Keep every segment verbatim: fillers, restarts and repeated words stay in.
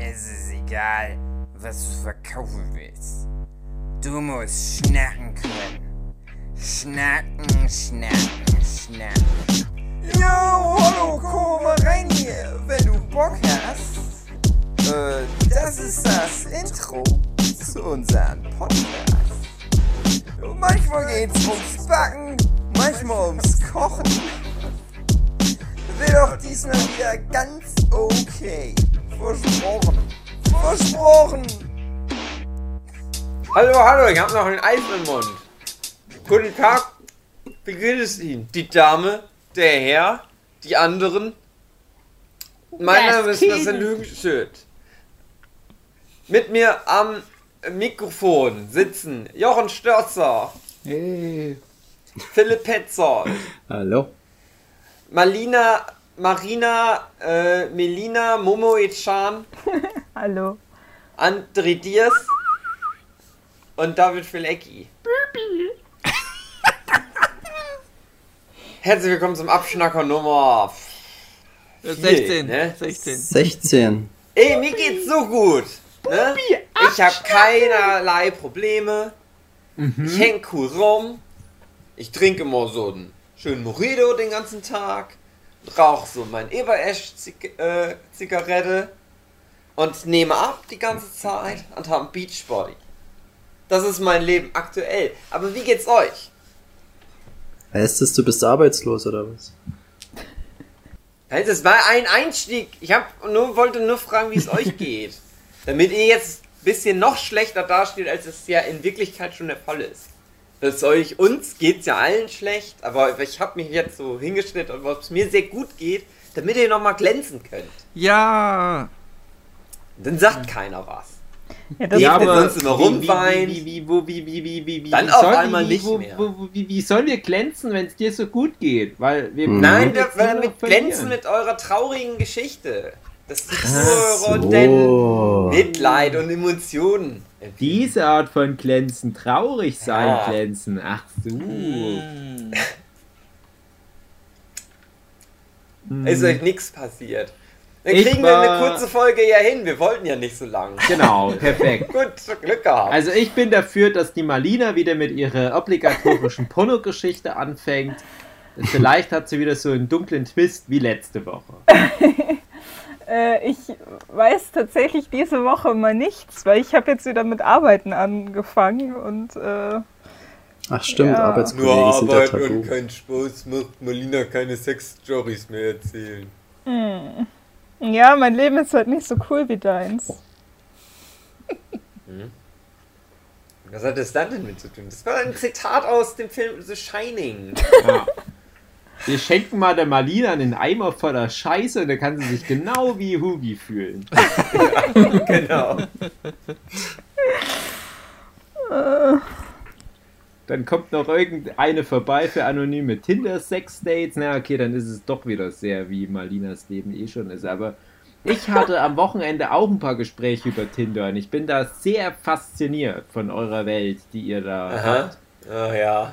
ist es egal, was du verkaufen willst. Du musst schnacken können. Schnacken, schnacken, schnacken. Jo, hallo, komm mal rein hier, wenn du Bock hast. Äh, das ist das Intro zu unserem Podcast. Und manchmal geht's ums Backen, manchmal ums Kochen. Wird auch diesmal wieder ganz okay. Versprochen. Versprochen. Hallo, hallo, ich habe noch ein Eis im Mund. Guten Tag, wie geht es Ihnen? Die Dame, der Herr, die anderen. Mein Name ist Marcel Lügenschütt. Mit mir am Mikrofon sitzen Jochen Störzer. Hey. Philipp Petzold. Hallo. Malina, Marina, äh, Melina, Momo Echan. Hallo. André Diers. Und David Filecki. Herzlich willkommen zum Abschnacker Nummer sechzehn. Ne? sechzehn. sechzehn. Ey, mir geht's so gut. Ne? Ich habe keinerlei Probleme. Mhm. Ich häng cool rum. Ich trinke immer so einen schönen Mojito den ganzen Tag. Rauche so mein Eberesch-Zigarette. Und nehme ab die ganze Zeit und habe einen Beachbody. Das ist mein Leben aktuell. Aber wie geht's euch? Heißt das, du bist arbeitslos oder was? Hey, das war ein Einstieg. Ich hab nur, wollte nur fragen, wie es euch geht. Damit ihr jetzt ein bisschen noch schlechter dasteht, als es ja in Wirklichkeit schon der Fall ist. Das euch, uns geht's ja allen schlecht, aber ich habe mich jetzt so hingeschnitten, ob es mir sehr gut geht, damit ihr nochmal glänzen könnt. Ja. Dann sagt keiner was. Ja, das Ja, ist aber sonst immer wie, rumweinen. Wie, wie, wo, wie, wie, wie, wie, wie, Dann wie auf soll einmal die, nicht wo, mehr. Wo, wo, wie, wie sollen wir glänzen, wenn es dir so gut geht? Weil wir Mhm. Nein, jetzt wir, nur noch mit verlieren. glänzen mit eurer traurigen Geschichte. Das ist Ach nur so. denn Mitleid und Emotionen. Diese Art von glänzen, traurig sein Ja. glänzen. Ach so. Mm. Ist euch nichts passiert. Dann Ich kriegen wir war- eine kurze Folge ja hin. Wir wollten ja nicht so lang. Genau, perfekt. Gut, Glück gehabt. Also ich bin dafür, dass die Malina wieder mit ihrer obligatorischen Pornogeschichte anfängt. Vielleicht hat sie wieder so einen dunklen Twist wie letzte Woche. äh, ich weiß tatsächlich diese Woche mal nichts, weil ich habe jetzt wieder mit Arbeiten angefangen und äh, Ach stimmt, Ja. Arbeitskollegen sind ja tabu. keinen Spaß macht Malina keine Sex-Stories mehr erzählen. hm. ja, mein Leben ist halt nicht so cool wie deins. Was hat das dann denn mit zu tun? Das war ein Zitat aus dem Film The Shining. Ja. Wir schenken mal der Malina einen Eimer voller Scheiße und dann kann sie sich genau wie Hugi fühlen. Genau. Dann kommt noch irgendeine vorbei für anonyme Tinder-Sex-Dates. Na okay, dann ist es doch wieder sehr wie Malinas Leben eh schon ist. Aber ich hatte am Wochenende auch ein paar Gespräche über Tinder und ich bin da sehr fasziniert von eurer Welt, die ihr da Aha. habt. Ah ja.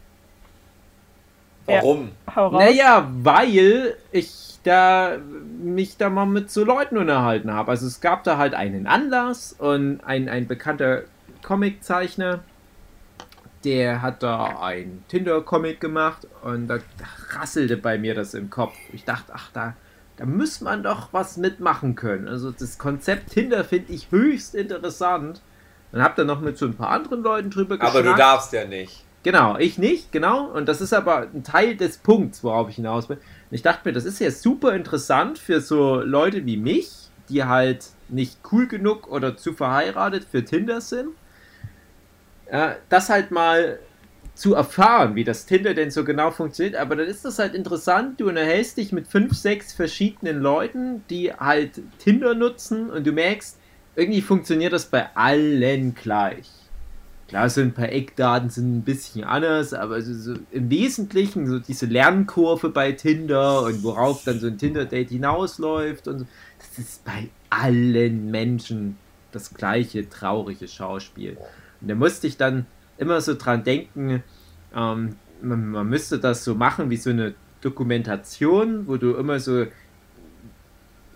Warum? Hau raus. Naja, weil ich da mich da mal mit so Leuten unterhalten habe. Also es gab da halt einen Anlass und ein, ein bekannter Comiczeichner, der hat da ein Tinder-Comic gemacht und da, da rasselte bei mir das im Kopf. Ich dachte, ach, da, da muss man doch was mitmachen können. Also das Konzept Tinder finde ich höchst interessant. Und hab dann noch mit so ein paar anderen Leuten drüber geschnackt. Aber du darfst ja nicht. Genau, ich nicht, genau. Und das ist aber ein Teil des Punkts, worauf ich hinaus bin. Und ich dachte mir, das ist ja super interessant für so Leute wie mich, die halt nicht cool genug oder zu verheiratet für Tinder sind. Äh, das halt mal zu erfahren, wie das Tinder denn so genau funktioniert. Aber dann ist das halt interessant, du unterhältst dich mit fünf, sechs verschiedenen Leuten, die halt Tinder nutzen und du merkst, irgendwie funktioniert das bei allen gleich. Klar, so ein paar Eckdaten sind ein bisschen anders, aber so, so im Wesentlichen so diese Lernkurve bei Tinder und worauf dann so ein Tinder-Date hinausläuft und so, das ist bei allen Menschen das gleiche traurige Schauspiel. Und da musste ich dann immer so dran denken, ähm, man, man müsste das so machen wie so eine Dokumentation, wo du immer so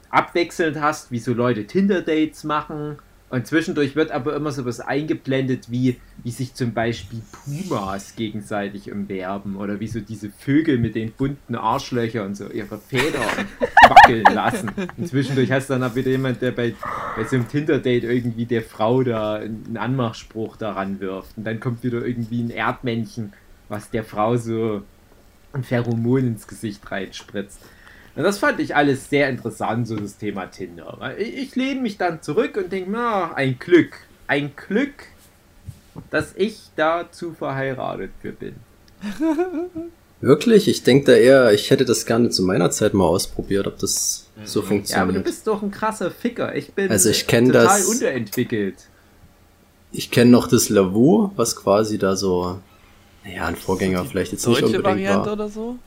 abwechselnd hast, wie so Leute Tinder-Dates machen. Und zwischendurch wird aber immer so was eingeblendet, wie, wie sich zum Beispiel Pumas gegenseitig umwerben oder wie so diese Vögel mit den bunten Arschlöchern und so ihre Federn wackeln lassen. Und zwischendurch hast du dann auch wieder jemand, der bei, bei so einem Tinder-Date irgendwie der Frau da einen Anmachspruch daran wirft. Und dann kommt wieder irgendwie ein Erdmännchen, was der Frau so ein Pheromon ins Gesicht reinspritzt. Und das fand ich alles sehr interessant, so das Thema Tinder. Ich, ich lehne mich dann zurück und denke, na, ein Glück, ein Glück, dass ich dazu verheiratet für bin. Wirklich? Ich denke da eher, ich hätte das gerne zu meiner Zeit mal ausprobiert, ob das so funktioniert. Ja, aber du bist doch ein krasser Ficker. Ich bin also ich kenn total das, unterentwickelt. Ich kenne noch das Lavu, was quasi da so, naja, ein Vorgänger vielleicht jetzt nicht Deutsche unbedingt Variante war. oder so?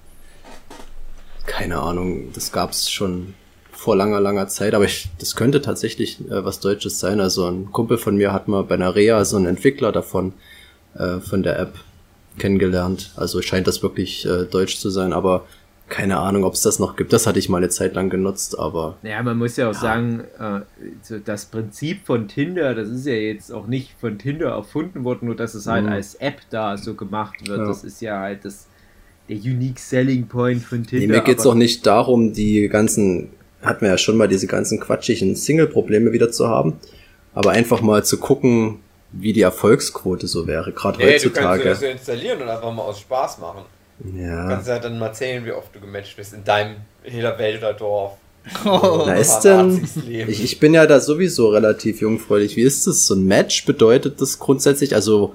Keine Ahnung, das gab's schon vor langer, langer Zeit, aber ich, das könnte tatsächlich äh, was Deutsches sein. Also ein Kumpel von mir hat mal bei einer Reha so einen Entwickler davon, äh, von der App kennengelernt. Also scheint das wirklich äh, deutsch zu sein, aber keine Ahnung, ob es das noch gibt. Das hatte ich mal eine Zeit lang genutzt, aber... Naja, man muss ja auch ja. sagen, äh, so das Prinzip von Tinder, das ist ja jetzt auch nicht von Tinder erfunden worden, nur dass es halt mhm. als App da so gemacht wird. Ja. Das ist ja halt das der Unique Selling Point von Tinder. Nee, mir geht's auch nicht darum, die ganzen, hatten wir ja schon mal, diese ganzen quatschigen Single-Probleme wieder zu haben, aber einfach mal zu gucken, wie die Erfolgsquote so wäre, gerade hey, heutzutage. Du kannst das ja installieren und einfach mal aus Spaß machen. Ja. Du kannst ja dann mal zählen, wie oft du gematcht bist in deinem jeder Welt oder Dorf. Oh. Na ist denn, ich, ich bin ja da sowieso relativ jungfräulich. Wie ist das? So ein Match bedeutet das grundsätzlich, also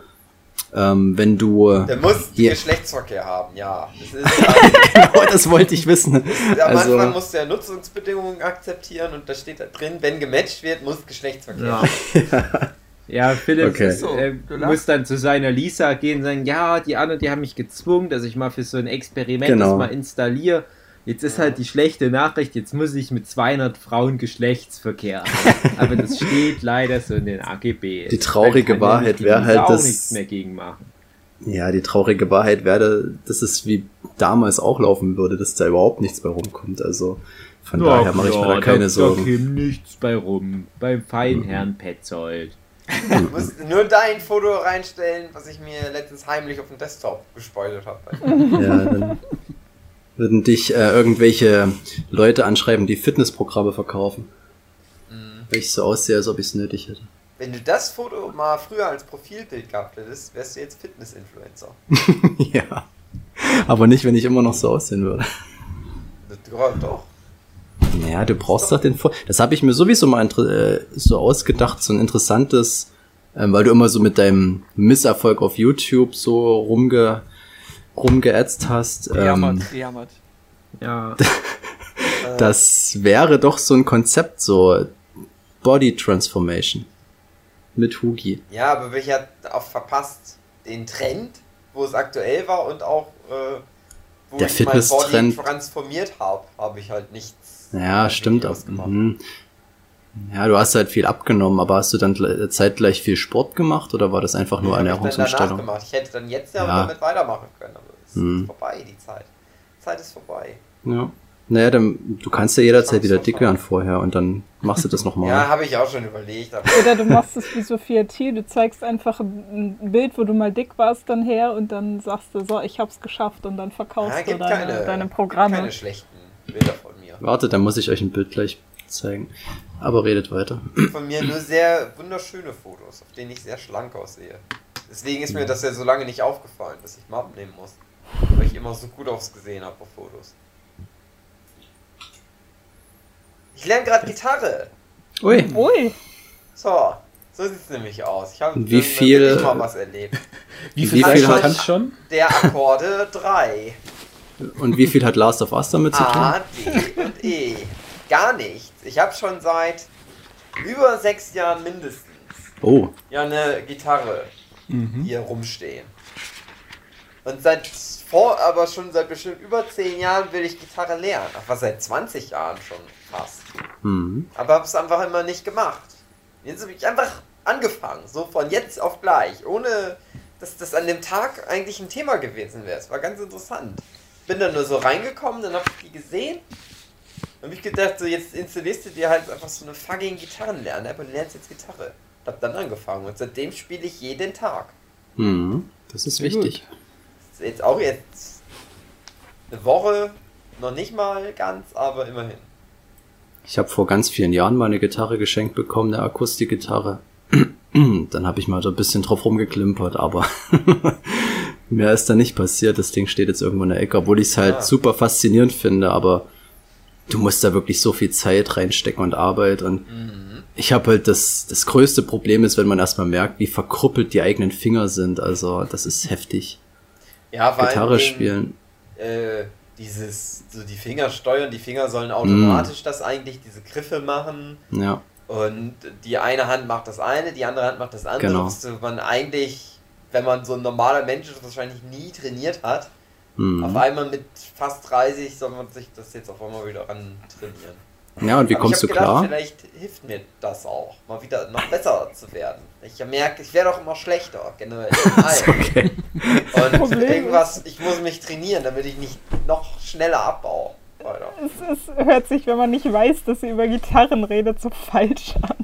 ähm, wenn du... Der muss Geschlechtsverkehr haben, ja. Das ist genau, das wollte ich wissen. Ja, am also, Anfang musst du ja Nutzungsbedingungen akzeptieren und da steht da drin, wenn gematcht wird, muss Geschlechtsverkehr ja. haben. Ja, Philipp okay. so, äh, muss dann zu seiner Lisa gehen und sagen, ja, die anderen, die haben mich gezwungen, dass ich mal für so ein Experiment genau. das mal installiere. Jetzt ist halt die schlechte Nachricht, jetzt muss ich mit zweihundert Frauen Geschlechtsverkehr haben. Aber das steht leider so in den A G B. Die traurige Wahrheit wäre halt, auch dass... nichts mehr gegen machen. Ja, die traurige Wahrheit wäre, dass es wie damals auch laufen würde, dass da überhaupt nichts bei rumkommt. Also von ja, daher mache ich mir da keine da, Sorgen. Da käme nichts bei rum, beim feinen mhm. Herrn Petzold. Du musst nur dein Foto reinstellen, was ich mir letztens heimlich auf dem Desktop gespoilert habe. Ja, dann würden dich äh, irgendwelche Leute anschreiben, die Fitnessprogramme verkaufen. Mhm. Weil ich so aussehe, als ob ich es nötig hätte. Wenn du das Foto mal früher als Profilbild gehabt hättest, wärst du jetzt Fitness-Influencer. Ja, aber nicht, wenn ich immer noch so aussehen würde. Das, doch. Ja, du brauchst doch den Vor... Das habe ich mir sowieso mal äh, so ausgedacht, so ein interessantes, ähm, weil du immer so mit deinem Misserfolg auf YouTube so rumge rumgeätzt hast. Jammert, ähm, jammert. Ja. Das wäre doch so ein Konzept, so Body Transformation mit Hugi. Ja, aber ich hatte auch verpasst den Trend, wo es aktuell war und auch äh, wo Der ich mein Body Fitness-Trend transformiert habe, habe ich halt nichts. Ja, stimmt auch. Mhm. Ja, du hast halt viel abgenommen, aber hast du dann zeitgleich viel Sport gemacht oder war das einfach nur ja, Ernährungsumstellung? Ich, gemacht. Ich hätte dann jetzt ja, ja. damit weitermachen können, aber es mhm. ist vorbei, die Zeit. Die Zeit ist vorbei. Ja. Naja, dann, du kannst ja jederzeit wieder dick werden vorher und dann machst du das nochmal. Ja, habe ich auch schon überlegt. Aber oder du machst es wie Sophia Thiel, du zeigst einfach ein Bild, wo du mal dick warst, dann her und dann sagst du, so, ich hab's geschafft und dann verkaufst ja, du deine, keine, deine Programme. Keine schlechten Bilder von mir. Warte, dann muss ich euch ein Bild gleich zeigen. Aber redet weiter. Von mir nur sehr wunderschöne Fotos, auf denen ich sehr schlank aussehe. Deswegen ist mir das ja so lange nicht aufgefallen, dass ich mal abnehmen muss. Weil ich immer so gut ausgesehen habe auf Fotos. Ich lerne gerade Gitarre. Ui. Ui. So, so sieht's nämlich aus. Ich habe Wie viel, mal was erlebt. Wie viel, viel hat kannst schon? Der Akkorde drei. Und wie viel hat Last of Us damit zu tun? A, D und E. Gar nichts. Ich habe schon seit über sechs Jahren mindestens oh. ja eine Gitarre mhm. hier rumstehen. Und seit vor, aber schon seit bestimmt über zehn Jahren will ich Gitarre lernen. Aber seit zwanzig Jahren schon fast. Mhm. Aber habe es einfach immer nicht gemacht. Jetzt habe ich einfach angefangen, so von jetzt auf gleich, ohne dass das an dem Tag eigentlich ein Thema gewesen wäre. Es war ganz interessant. Bin dann nur so reingekommen, dann habe ich die gesehen hab ich gedacht, so jetzt installierst du dir halt einfach so eine fucking Gitarrenlern-App und lernst jetzt Gitarre. Ich hab dann angefangen und seitdem spiele ich jeden Tag. Mhm, das ist Sehr wichtig. Das ist jetzt auch jetzt eine Woche, noch nicht mal ganz, aber immerhin. Ich habe vor ganz vielen Jahren mal eine Gitarre geschenkt bekommen, eine Akustikgitarre. Dann habe ich mal so ein bisschen drauf rumgeklimpert, aber mehr ist da nicht passiert. Das Ding steht jetzt irgendwo in der Ecke, obwohl ich es halt Ah. super faszinierend finde, aber du musst da wirklich so viel Zeit reinstecken und Arbeit und Mhm. ich habe halt das, das größte Problem ist, wenn man erstmal merkt, wie verkrüppelt die eigenen Finger sind. Also das ist heftig. Ja, vor Gitarre allen Dingen, spielen. Äh, dieses, so die Finger steuern, die Finger sollen automatisch das eigentlich, diese Griffe machen. Ja, Und die eine Hand macht das eine, die andere Hand macht das andere. Genau. Was man eigentlich, wenn man so ein normaler Mensch ist, wahrscheinlich nie trainiert hat. mhm. Auf einmal mit fast dreißig soll man sich das jetzt auf einmal wieder ran trainieren. Ja, und wie Aber kommst ich du hab gedacht, klar? vielleicht hilft mir das auch, mal wieder noch besser zu werden. Ich merke, ich werde auch immer schlechter, generell. in allem. Okay. Und Problem irgendwas, ich muss mich trainieren, damit ich nicht noch schneller abbaue. Weiter. Es, es hört sich, wenn man nicht weiß, dass sie über Gitarren redet, so falsch an.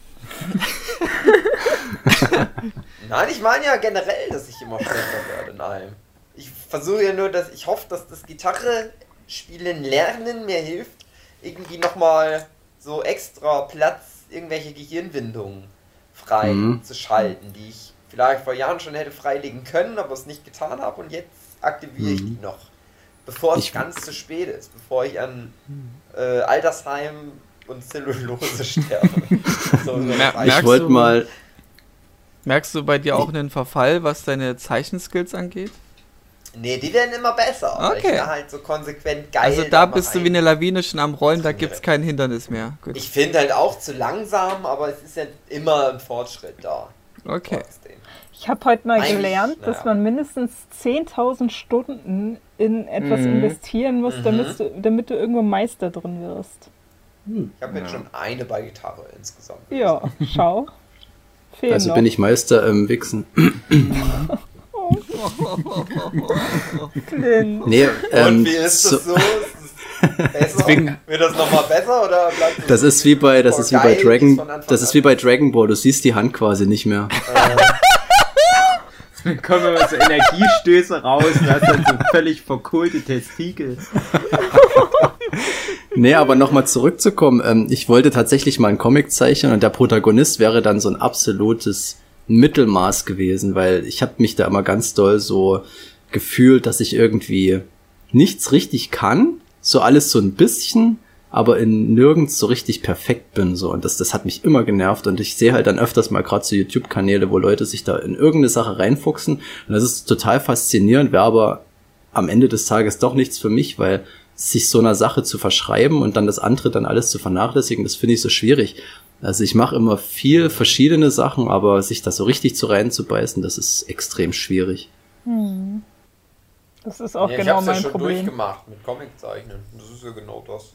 Nein, ich meine ja generell, dass ich immer schlechter werde in allem. Ich versuche ja nur, dass ich hoffe, dass das Gitarre spielen lernen mir hilft, irgendwie nochmal so extra Platz, irgendwelche Gehirnwindungen frei Mhm. zu schalten, die ich vielleicht vor Jahren schon hätte freilegen können, aber es nicht getan habe und jetzt aktiviere ich die noch, bevor es Ich- ganz zu spät ist, bevor ich an äh, Altersheim und Zellulose sterbe. So, so Mer- das merkst Ich wollte du- mal, Merkst du bei dir auch einen Verfall, was deine Zeichenskills angeht? Nee, die werden immer besser. Weil ich Okay. da halt so konsequent geil. Also da mal bist du rein- wie eine Lawine schon am Rollen, da trainiere. gibt's kein Hindernis mehr. Gut. Ich finde halt auch zu langsam, aber es ist ja immer ein Fortschritt da. Okay. Trotzdem. Ich habe heute mal Eigentlich, gelernt, dass naja. man mindestens zehntausend Stunden in etwas Mhm. investieren muss, Mhm. damit, du, damit du irgendwo Meister drin wirst. Ich habe jetzt schon eine bei Gitarre insgesamt. Ja, schau. Fehlen also noch. bin ich Meister im Wichsen. Clint. Nee, ähm, Und wie ist so, das so? Ist das besser? Deswegen- Wird das nochmal besser oder bleibt das ist wie bei, das voll ist wie bei geil, Dragon, wie von Anfang das ist an? wie bei Dragon Ball. Du siehst die Hand quasi nicht mehr. Dann kommen immer so Energiestöße raus und hast dann so völlig verkohlte Testikel. Nee, aber nochmal zurückzukommen. Ähm, ich wollte tatsächlich mal einen Comic zeichnen und der Protagonist wäre dann so ein absolutes Mittelmaß gewesen, weil ich habe mich da immer ganz doll so gefühlt, dass ich irgendwie nichts richtig kann, so alles so ein bisschen, aber in nirgends so richtig perfekt bin, so. Und das, das hat mich immer genervt und ich sehe halt dann öfters mal gerade so YouTube-Kanäle, wo Leute sich da in irgendeine Sache reinfuchsen und das ist total faszinierend, wäre aber am Ende des Tages doch nichts für mich, weil sich so einer Sache zu verschreiben und dann das andere dann alles zu vernachlässigen, das finde ich so schwierig. Also ich mache immer viel verschiedene Sachen, aber sich das so richtig zu reinzubeißen, das ist extrem schwierig. Hm. Das ist auch Ja, ich genau hab's ja mein schon Problem. durchgemacht mit Comiczeichnen. Das ist ja genau das.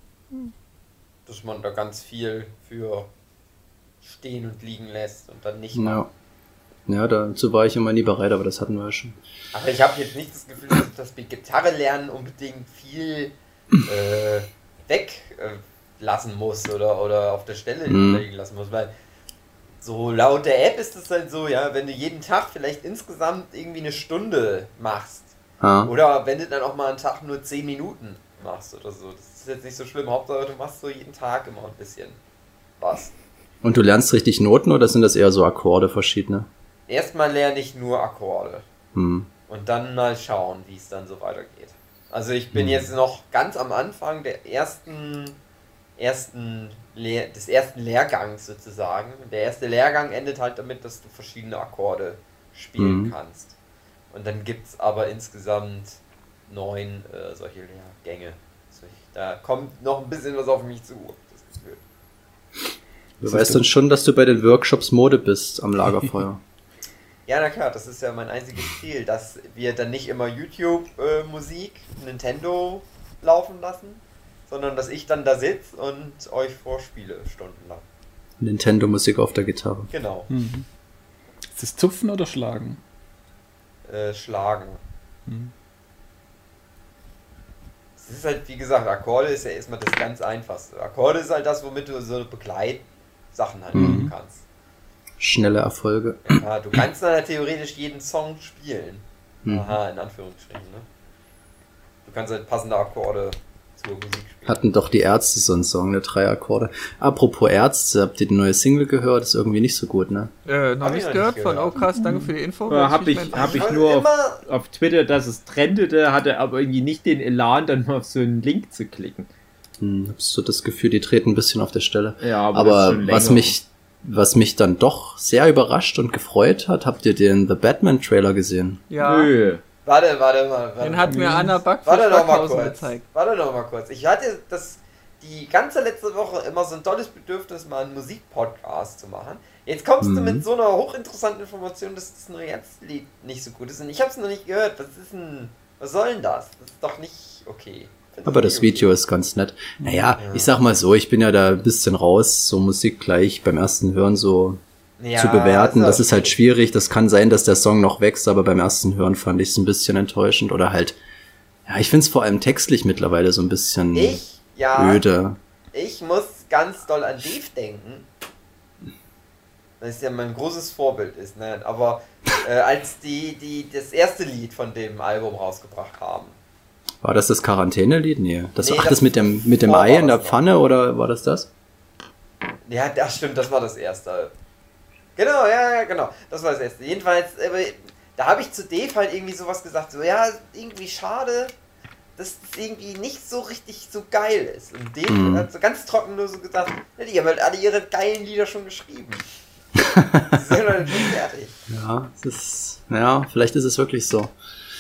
Dass man da ganz viel für stehen und liegen lässt und dann nicht macht. Ja. Ja, dazu war ich immer nie bereit, aber das hatten wir ja schon. Aber ich habe jetzt nicht das Gefühl, dass ich das mit Gitarre lernen unbedingt viel äh, weglassen muss oder, oder auf der Stelle Mhm. liegen lassen muss, weil so laut der App ist es halt so, ja, wenn du jeden Tag vielleicht insgesamt irgendwie eine Stunde machst Ah. oder wenn du dann auch mal einen Tag nur zehn Minuten machst oder so, das ist jetzt nicht so schlimm, Hauptsache du machst so jeden Tag immer ein bisschen was. Und du lernst richtig Noten oder sind das eher so Akkorde verschiedene? Erstmal lerne ich nur Akkorde. Hm. Und dann mal schauen, wie es dann so weitergeht. Also ich bin Mhm. jetzt noch ganz am Anfang der ersten, ersten Lehr des ersten Lehrgangs sozusagen. Der erste Lehrgang endet halt damit, dass du verschiedene Akkorde spielen Mhm. kannst. Und dann gibt es aber insgesamt neun äh, solche Lehrgänge. Also ich, da kommt noch ein bisschen was auf mich zu, hab ich das Gefühl. Du weißt dann schon, dass du bei den Workshops Mode bist am Lagerfeuer. Ja, na klar, das ist ja mein einziges Ziel, dass wir dann nicht immer YouTube-Musik, Nintendo laufen lassen, sondern dass ich dann da sitze und euch vorspiele stundenlang. Nintendo-Musik auf der Gitarre. Genau, Mhm. Ist das Zupfen oder Schlagen? äh, schlagen. Mhm. Es ist halt, wie gesagt, Akkorde ist ja erstmal das ganz Einfachste. Akkorde ist halt das, womit du so Begleitsachen halt machen Mhm. kannst. Schnelle Erfolge. Ja, du kannst dann halt theoretisch jeden Song spielen. Mhm. Aha, in Anführungsstrichen, ne? Du kannst halt passende Akkorde zur Musik spielen. Hatten doch die Ärzte so einen Song, ne? Drei Akkorde. Apropos Ärzte, habt ihr die neue Single gehört? Ist irgendwie nicht so gut, ne? Äh, noch Hab ich nicht noch gehört nicht von gehört. Oh krass, danke für die Info. Ja, hab Werd ich- mein- hab ich wollte nur auf- immer, Auf Twitter, dass es trendete, hatte aber irgendwie nicht den Elan, dann mal auf so einen Link zu klicken. Hm, hab so das Gefühl, die treten ein bisschen auf der Stelle. Ja, das ist Aber schon was länger. mich, was mich dann doch sehr überrascht und gefreut hat, habt ihr den The Batman Trailer gesehen? Ja, Nö. warte, warte mal. Warte den hat mir Anna Back für Warte noch mal Stockhausen kurz. gezeigt. Warte noch mal kurz. Ich hatte das die ganze letzte Woche immer so ein tolles Bedürfnis, mal einen Musikpodcast zu machen. Jetzt kommst du Mhm. mit so einer hochinteressanten Information, dass das neue Ärzte-Lied nicht so gut ist. Und ich habe es noch nicht gehört. Was ist denn? Was soll denn das? Das ist doch nicht okay. Find Aber ich das nicht Video ist ganz nett. Naja, Ja. ich sag mal so, ich bin ja da ein bisschen raus, so Musik gleich beim ersten Hören so okay. Ja, zu bewerten. Das auch ist halt schwierig. Das kann sein, dass der Song noch wächst, aber beim ersten Hören fand ich es ein bisschen enttäuschend. Oder halt, ja, ich find's vor allem textlich mittlerweile so ein bisschen Ich, ja, öde. ich muss ganz doll an Dave denken. Das ja mein großes Vorbild ist, ne? Aber äh, als die, die das erste Lied von dem Album rausgebracht haben. War das das Quarantänelied? Nee. Das, Nee, ach, das- das mit dem, mit dem davor Ei war in der das noch. Pfanne oder war das das? Ja, das stimmt, das war das erste. Genau, ja, ja, genau. Das war das erste. Jedenfalls, äh, da habe ich zu Dave halt irgendwie sowas gesagt, so, ja, irgendwie schade, dass das irgendwie nicht so richtig so geil ist. Und Dave Mhm. hat so ganz trocken nur so gesagt, ja, die haben halt alle ihre geilen Lieder schon geschrieben. Die sind halt schon fertig. Ja, es ist, ja, vielleicht ist es wirklich so.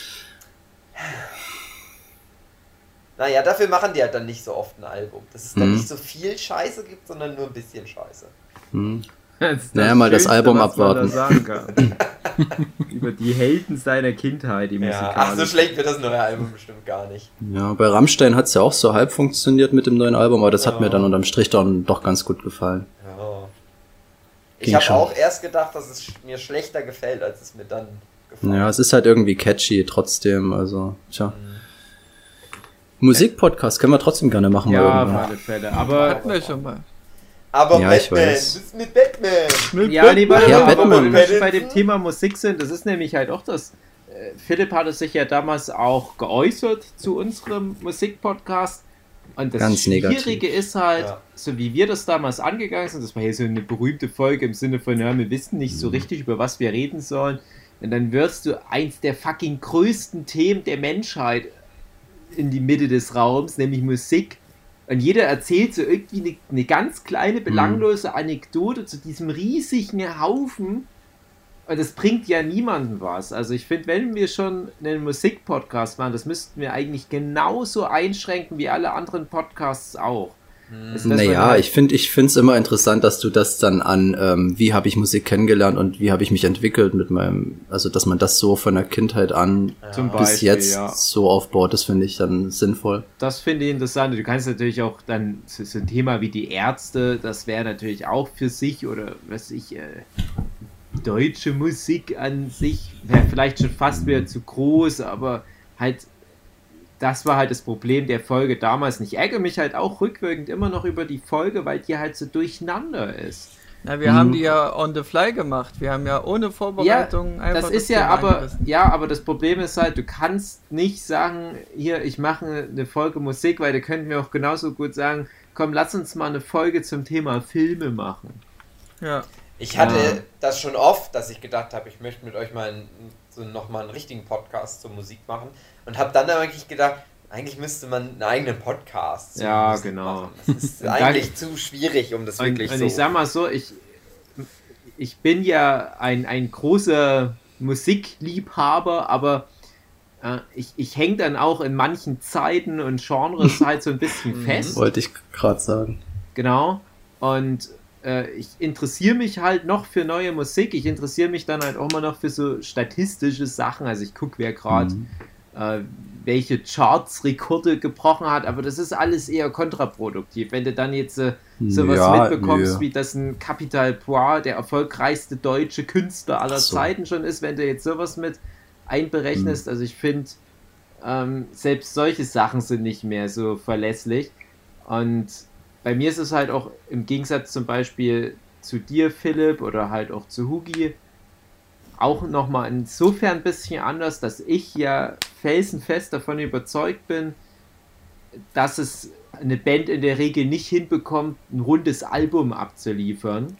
Naja, dafür machen die halt dann nicht so oft ein Album. Dass es dann Mhm. nicht so viel Scheiße gibt, sondern nur ein bisschen Scheiße. Hm. Das ist Naja, mal das Schönste, Album was man abwarten. da sagen kann. Über die Helden seiner Kindheit, die Ja, musikalisch. ach, so schlecht wird das neue Album bestimmt gar nicht. Ja, bei Rammstein hat's ja auch so halb funktioniert mit dem neuen Album, aber das hat Ja. mir dann unterm Strich dann doch ganz gut gefallen. Ja. Ich Ging habe schon. auch erst gedacht, dass es mir schlechter gefällt, als es mir dann gefallen Ja, es ist halt irgendwie catchy trotzdem, also, tja. Musikpodcast können wir trotzdem gerne machen. mal Ja, auf irgendwann. alle Fälle. Aber Hatten wir schon mal. Aber Ja, ich Batman, weiß. bist mit Batman. ja, nee, warte, Ach ja, aber Batman. wo wir bei dem Thema Musik sind, das ist nämlich halt auch das. äh, Philipp hatte sich ja damals auch geäußert zu unserem Musikpodcast. Und das Ganz negativ. Schwierige ist halt, Ja. so wie wir das damals angegangen sind, das war hier so eine berühmte Folge im Sinne von, ja, wir wissen nicht Mhm. so richtig, über was wir reden sollen. Und dann wirst du eins der fucking größten Themen der Menschheit in die Mitte des Raums, nämlich Musik. Und jeder erzählt so irgendwie eine, eine ganz kleine, belanglose Anekdote zu diesem riesigen Haufen. Und das bringt ja niemandem was. Also ich finde, wenn wir schon einen Musikpodcast machen, das müssten wir eigentlich genauso einschränken wie alle anderen Podcasts auch. Also, dass man Naja, halt- ich finde ich finde es immer interessant, dass du das dann an, ähm, wie habe ich Musik kennengelernt und wie habe ich mich entwickelt mit meinem, also dass man das so von der Kindheit an zum bis Beispiel, jetzt ja. so aufbaut, das finde ich dann sinnvoll. Das finde ich interessant. Du kannst natürlich auch dann so, so ein Thema wie die Ärzte, das wäre natürlich auch für sich oder was ich, äh, deutsche Musik an sich wäre vielleicht schon fast wieder zu groß, aber halt, das war halt das Problem der Folge damals nicht. Ich ärgere mich halt auch rückwirkend immer noch über die Folge, weil die halt so durcheinander ist. Na, wir haben die ja on the fly gemacht. Wir haben ja ohne Vorbereitung einfach das ist ja Thema aber, eingerissen. ja, aber das Problem ist halt, du kannst nicht sagen, hier, ich mache eine Folge Musik, weil da könnten wir auch genauso gut sagen, komm, lass uns mal eine Folge zum Thema Filme machen. Ja. Ich hatte Ja. das schon oft, dass ich gedacht habe, ich möchte mit euch mal einen, so nochmal einen richtigen Podcast zur Musik machen und habe dann eigentlich gedacht, eigentlich müsste man einen eigenen Podcast zur Ja, Musik genau. machen. Das ist Und dann- eigentlich zu schwierig, um das Und, wirklich und so... ich sag mal so, ich, ich bin ja ein, ein großer Musikliebhaber, aber äh, ich, ich hänge dann auch in manchen Zeiten und Genres halt so ein bisschen fest. Wollte ich gerade sagen. Genau. Und äh, ich interessiere mich halt noch für neue Musik. Ich interessiere mich dann halt auch mal noch für so statistische Sachen. Also ich gucke, wer gerade Mhm. äh, welche Charts Rekorde gebrochen hat, aber das ist alles eher kontraproduktiv. Wenn du dann jetzt äh, sowas Ja, mitbekommst, nö. wie das ein Capital Bra, der erfolgreichste deutsche Künstler aller Ach so. Zeiten schon ist, wenn du jetzt sowas mit einberechnest. Mhm. Also ich finde, ähm, selbst solche Sachen sind nicht mehr so verlässlich. Und bei mir ist es halt auch im Gegensatz zum Beispiel zu dir, Philipp, oder halt auch zu Hugi, auch nochmal insofern ein bisschen anders, dass ich ja felsenfest davon überzeugt bin, dass es eine Band in der Regel nicht hinbekommt, ein rundes Album abzuliefern.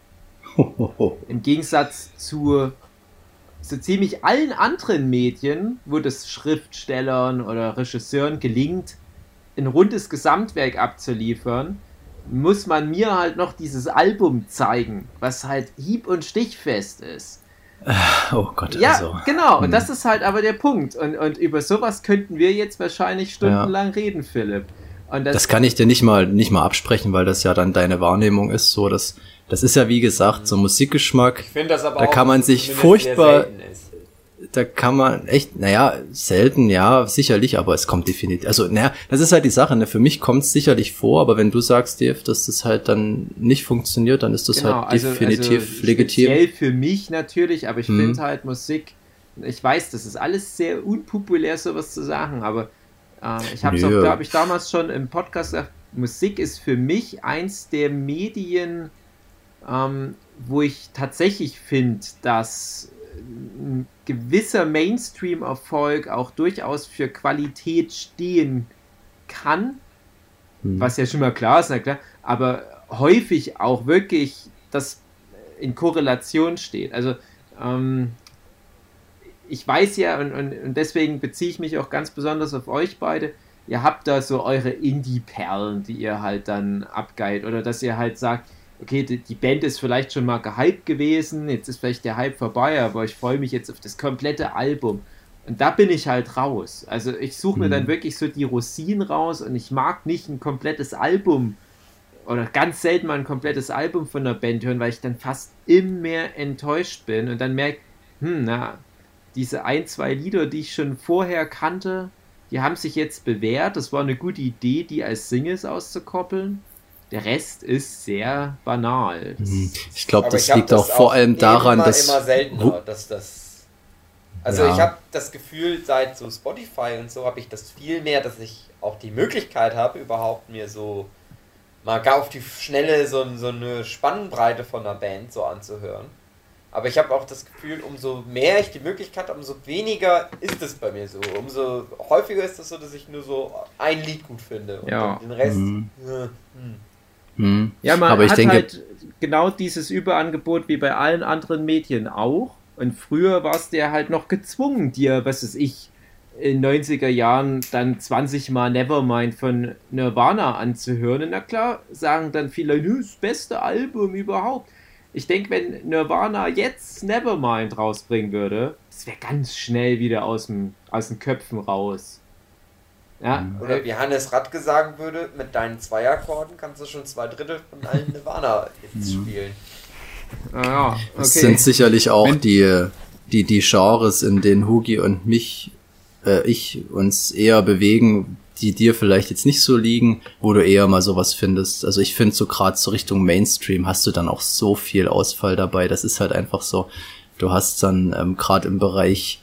Im Gegensatz zu so ziemlich allen anderen Medien, wo das Schriftstellern oder Regisseuren gelingt, ein rundes Gesamtwerk abzuliefern, muss man mir halt noch dieses Album zeigen, was halt hieb- und stichfest ist. Oh Gott, ja, also. genau, und Hm. das ist halt aber der Punkt. Und, und über sowas könnten wir jetzt wahrscheinlich stundenlang ja. reden, Philipp. Und das, das kann ich dir nicht mal nicht mal absprechen, weil das ja dann deine Wahrnehmung ist. So, das, das ist ja wie gesagt so Musikgeschmack. Ich finde das aber da auch, kann man sich furchtbar. Ist. Da kann man echt, naja, selten, ja, sicherlich, aber es kommt definitiv. Also, naja, das ist halt die Sache. Ne? Für mich kommt es sicherlich vor, aber wenn du sagst, Dave, dass das halt dann nicht funktioniert, dann ist das genau, halt also, definitiv also legitim. Speziell für mich natürlich, aber ich Mhm. finde halt Musik. Ich weiß, das ist alles sehr unpopulär, sowas zu sagen, aber äh, ich habe es auch, glaube ich, damals schon im Podcast gesagt, Musik ist für mich eins der Medien, ähm, wo ich tatsächlich finde, dass ein gewisser Mainstream-Erfolg auch durchaus für Qualität stehen kann, hm. was ja schon mal klar ist, na klar, aber häufig auch wirklich das in Korrelation steht. Also ähm, ich weiß ja, und, und, und deswegen beziehe ich mich auch ganz besonders auf euch beide, ihr habt da so eure Indie-Perlen, die ihr halt dann abgeilt, oder dass ihr halt sagt, okay, die, die Band ist vielleicht schon mal gehypt gewesen, jetzt ist vielleicht der Hype vorbei, aber ich freue mich jetzt auf das komplette Album. Und da bin ich halt raus. Also ich suche mir Mhm. dann wirklich so die Rosinen raus und ich mag nicht ein komplettes Album oder ganz selten mal ein komplettes Album von einer Band hören, weil ich dann fast immer enttäuscht bin und dann merke, hm, na, diese ein, zwei Lieder, die ich schon vorher kannte, die haben sich jetzt bewährt. Das war eine gute Idee, die als Singles auszukoppeln. Der Rest ist sehr banal. Das ich glaube, Aber das ich liegt auch vor allem daran, immer, dass... immer seltener, dass das... Also Ja. ich habe das Gefühl, seit so Spotify und so habe ich das viel mehr, dass ich auch die Möglichkeit habe, überhaupt mir so mal gar auf die Schnelle so, so eine Spannbreite von einer Band so anzuhören. Aber ich habe auch das Gefühl, umso mehr ich die Möglichkeit habe, umso weniger ist es bei mir so. Umso häufiger ist es so, dass ich nur so ein Lied gut finde und Ja. den Rest... Mhm. Äh, hm. Hm. Ja, man Aber ich hat denke, halt genau dieses Überangebot wie bei allen anderen Medien auch. Und früher warst du ja halt noch gezwungen, dir, was weiß ich, in neunziger Jahren dann zwanzig Mal Nevermind von Nirvana anzuhören. Und na klar, sagen dann viele, das beste Album überhaupt. Ich denke, wenn Nirvana jetzt Nevermind rausbringen würde, das wäre ganz schnell wieder aus, dem, aus den Köpfen raus. Ja, Oder wie Hannes Radke sagen würde, mit deinen Zweiakkorden kannst du schon zwei Drittel von allen Nirvana-Hits Ja. spielen. ah, ja, okay. Es sind sicherlich auch Wenn- die, die, die Genres, in denen Hugi und mich, äh, ich uns eher bewegen, die dir vielleicht jetzt nicht so liegen, wo du eher mal sowas findest. Also ich finde so gerade so Richtung Mainstream hast du dann auch so viel Ausfall dabei. Das ist halt einfach so, du hast dann ähm, gerade im Bereich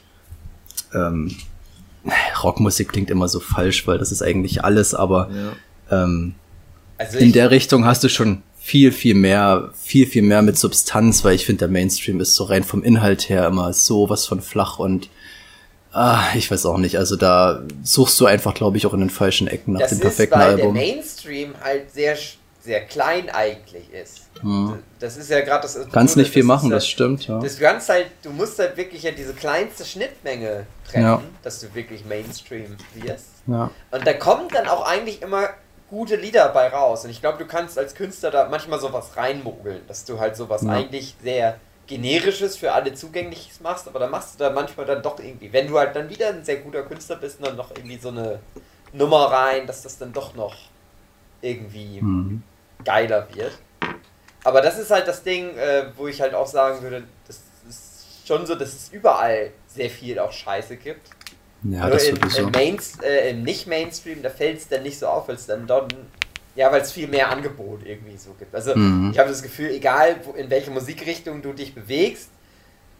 ähm, Rockmusik klingt immer so falsch, weil das ist eigentlich alles, aber Ja. ähm, Also in ich, der Richtung hast du schon viel, viel mehr, viel, viel mehr mit Substanz, weil ich finde, der Mainstream ist so rein vom Inhalt her immer so was von flach und ah, ich weiß auch nicht, also da suchst du einfach, glaube ich, auch in den falschen Ecken nach das dem ist, perfekten weil Album. der Mainstream halt sehr, sehr klein eigentlich ist. Hm. Das ist ja gerade das... Kannst nicht viel das machen, ist das halt, stimmt, ja. Das, du kannst halt, du musst halt wirklich ja diese kleinste Schnittmenge treffen, Ja. dass du wirklich Mainstream wirst. Ja. Und da kommen dann auch eigentlich immer gute Lieder bei raus. Und ich glaube, du kannst als Künstler da manchmal sowas reinmogeln, dass du halt sowas Ja. eigentlich sehr generisches für alle zugängliches machst, aber da machst du da manchmal dann doch irgendwie, wenn du halt dann wieder ein sehr guter Künstler bist, dann noch irgendwie so eine Nummer rein, dass das dann doch noch irgendwie Mhm. geiler wird. Aber das ist halt das Ding, äh, wo ich halt auch sagen würde, das ist schon so, dass es überall sehr viel auch Scheiße gibt. Ja, Nur das im, sowieso. im, Mains, äh, im Nicht-Mainstream, da fällt es dann nicht so auf, weil es dann dort, ja, weil es viel mehr Angebot irgendwie so gibt. Also Mhm. ich habe das Gefühl, egal wo, in welche Musikrichtung du dich bewegst,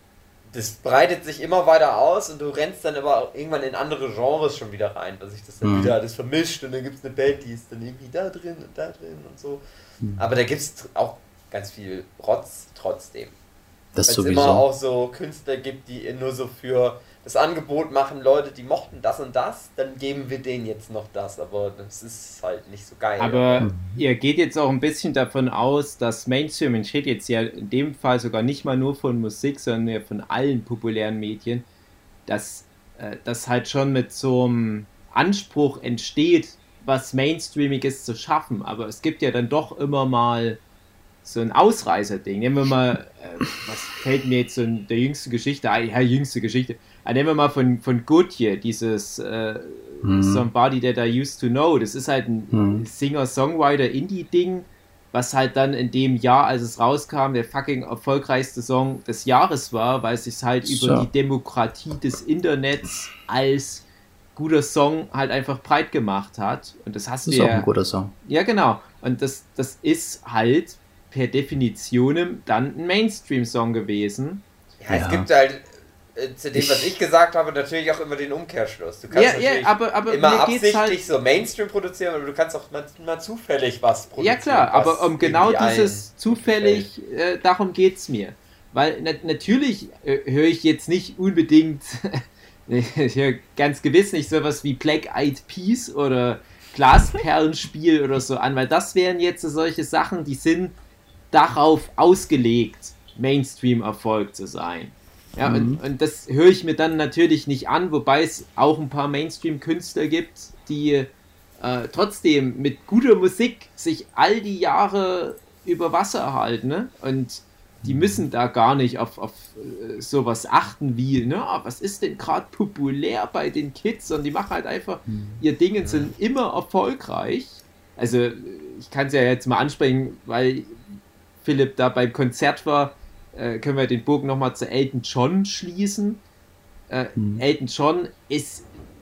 das breitet sich immer weiter aus und du rennst dann aber auch irgendwann in andere Genres schon wieder rein, dass sich das dann Mhm. wieder alles vermischt und dann gibt es eine Band, die ist dann irgendwie da drin und da drin und so. Mhm. Aber da gibt es auch ganz viel Rotz trotzdem. Das Weil es sowieso. immer auch so Künstler gibt, die nur so für das Angebot machen, Leute, die mochten das und das, dann geben wir denen jetzt noch das, aber das ist halt nicht so geil. Aber Mhm. ihr geht jetzt auch ein bisschen davon aus, dass Mainstream entsteht jetzt ja in dem Fall sogar nicht mal nur von Musik, sondern ja von allen populären Medien, dass äh, das halt schon mit so einem Anspruch entsteht, was Mainstreamiges zu schaffen. Aber es gibt ja dann doch immer mal so ein Ausreißer-Ding. Nehmen wir mal, äh, was fällt mir jetzt so in der jüngsten Geschichte, ah, ja, jüngste Geschichte, ah, nehmen wir mal von, von Gotye, dieses äh, Mhm. Somebody That I Used to Know. Das ist halt ein Mhm. Singer-Songwriter-Indie-Ding, was halt dann in dem Jahr, als es rauskam, der fucking erfolgreichste Song des Jahres war, weil es sich halt So. über die Demokratie des Internets als guter Song halt einfach breit gemacht hat. Und das hast Das du ist auch ja... ein guter Song. Ja, genau. Und das, das ist halt per Definition dann ein Mainstream-Song gewesen. ja, es Ja. gibt halt äh, zu dem, was ich gesagt habe, natürlich auch immer den Umkehrschluss. Du kannst Ja, natürlich ja, aber, aber immer mir geht's absichtlich halt... so Mainstream produzieren, aber du kannst auch mal, mal zufällig was produzieren. Ja klar, was aber um genau irgendwie dieses allen zufällig, äh, darum geht's mir. Weil na natürlich äh, höre ich jetzt nicht unbedingt, ich höre ganz gewiss nicht sowas wie Black Eyed Peas oder Glasperlenspiel oder so an, weil das wären jetzt so solche Sachen, die sind darauf ausgelegt, Mainstream-Erfolg zu sein. Ja, Mhm. und, und das höre ich mir dann natürlich nicht an, wobei es auch ein paar Mainstream-Künstler gibt, die äh, trotzdem mit guter Musik sich all die Jahre über Wasser halten, ne? Und die müssen da gar nicht auf, auf äh, sowas achten wie, ne, ah, was ist denn gerade populär bei den Kids, sondern die machen halt einfach ihr Ding und sind immer erfolgreich. Also ich kann es ja jetzt mal ansprechen, weil Philipp da beim Konzert war, äh, können wir den Bogen nochmal zu Elton John schließen. Äh, Mhm. Elton John ist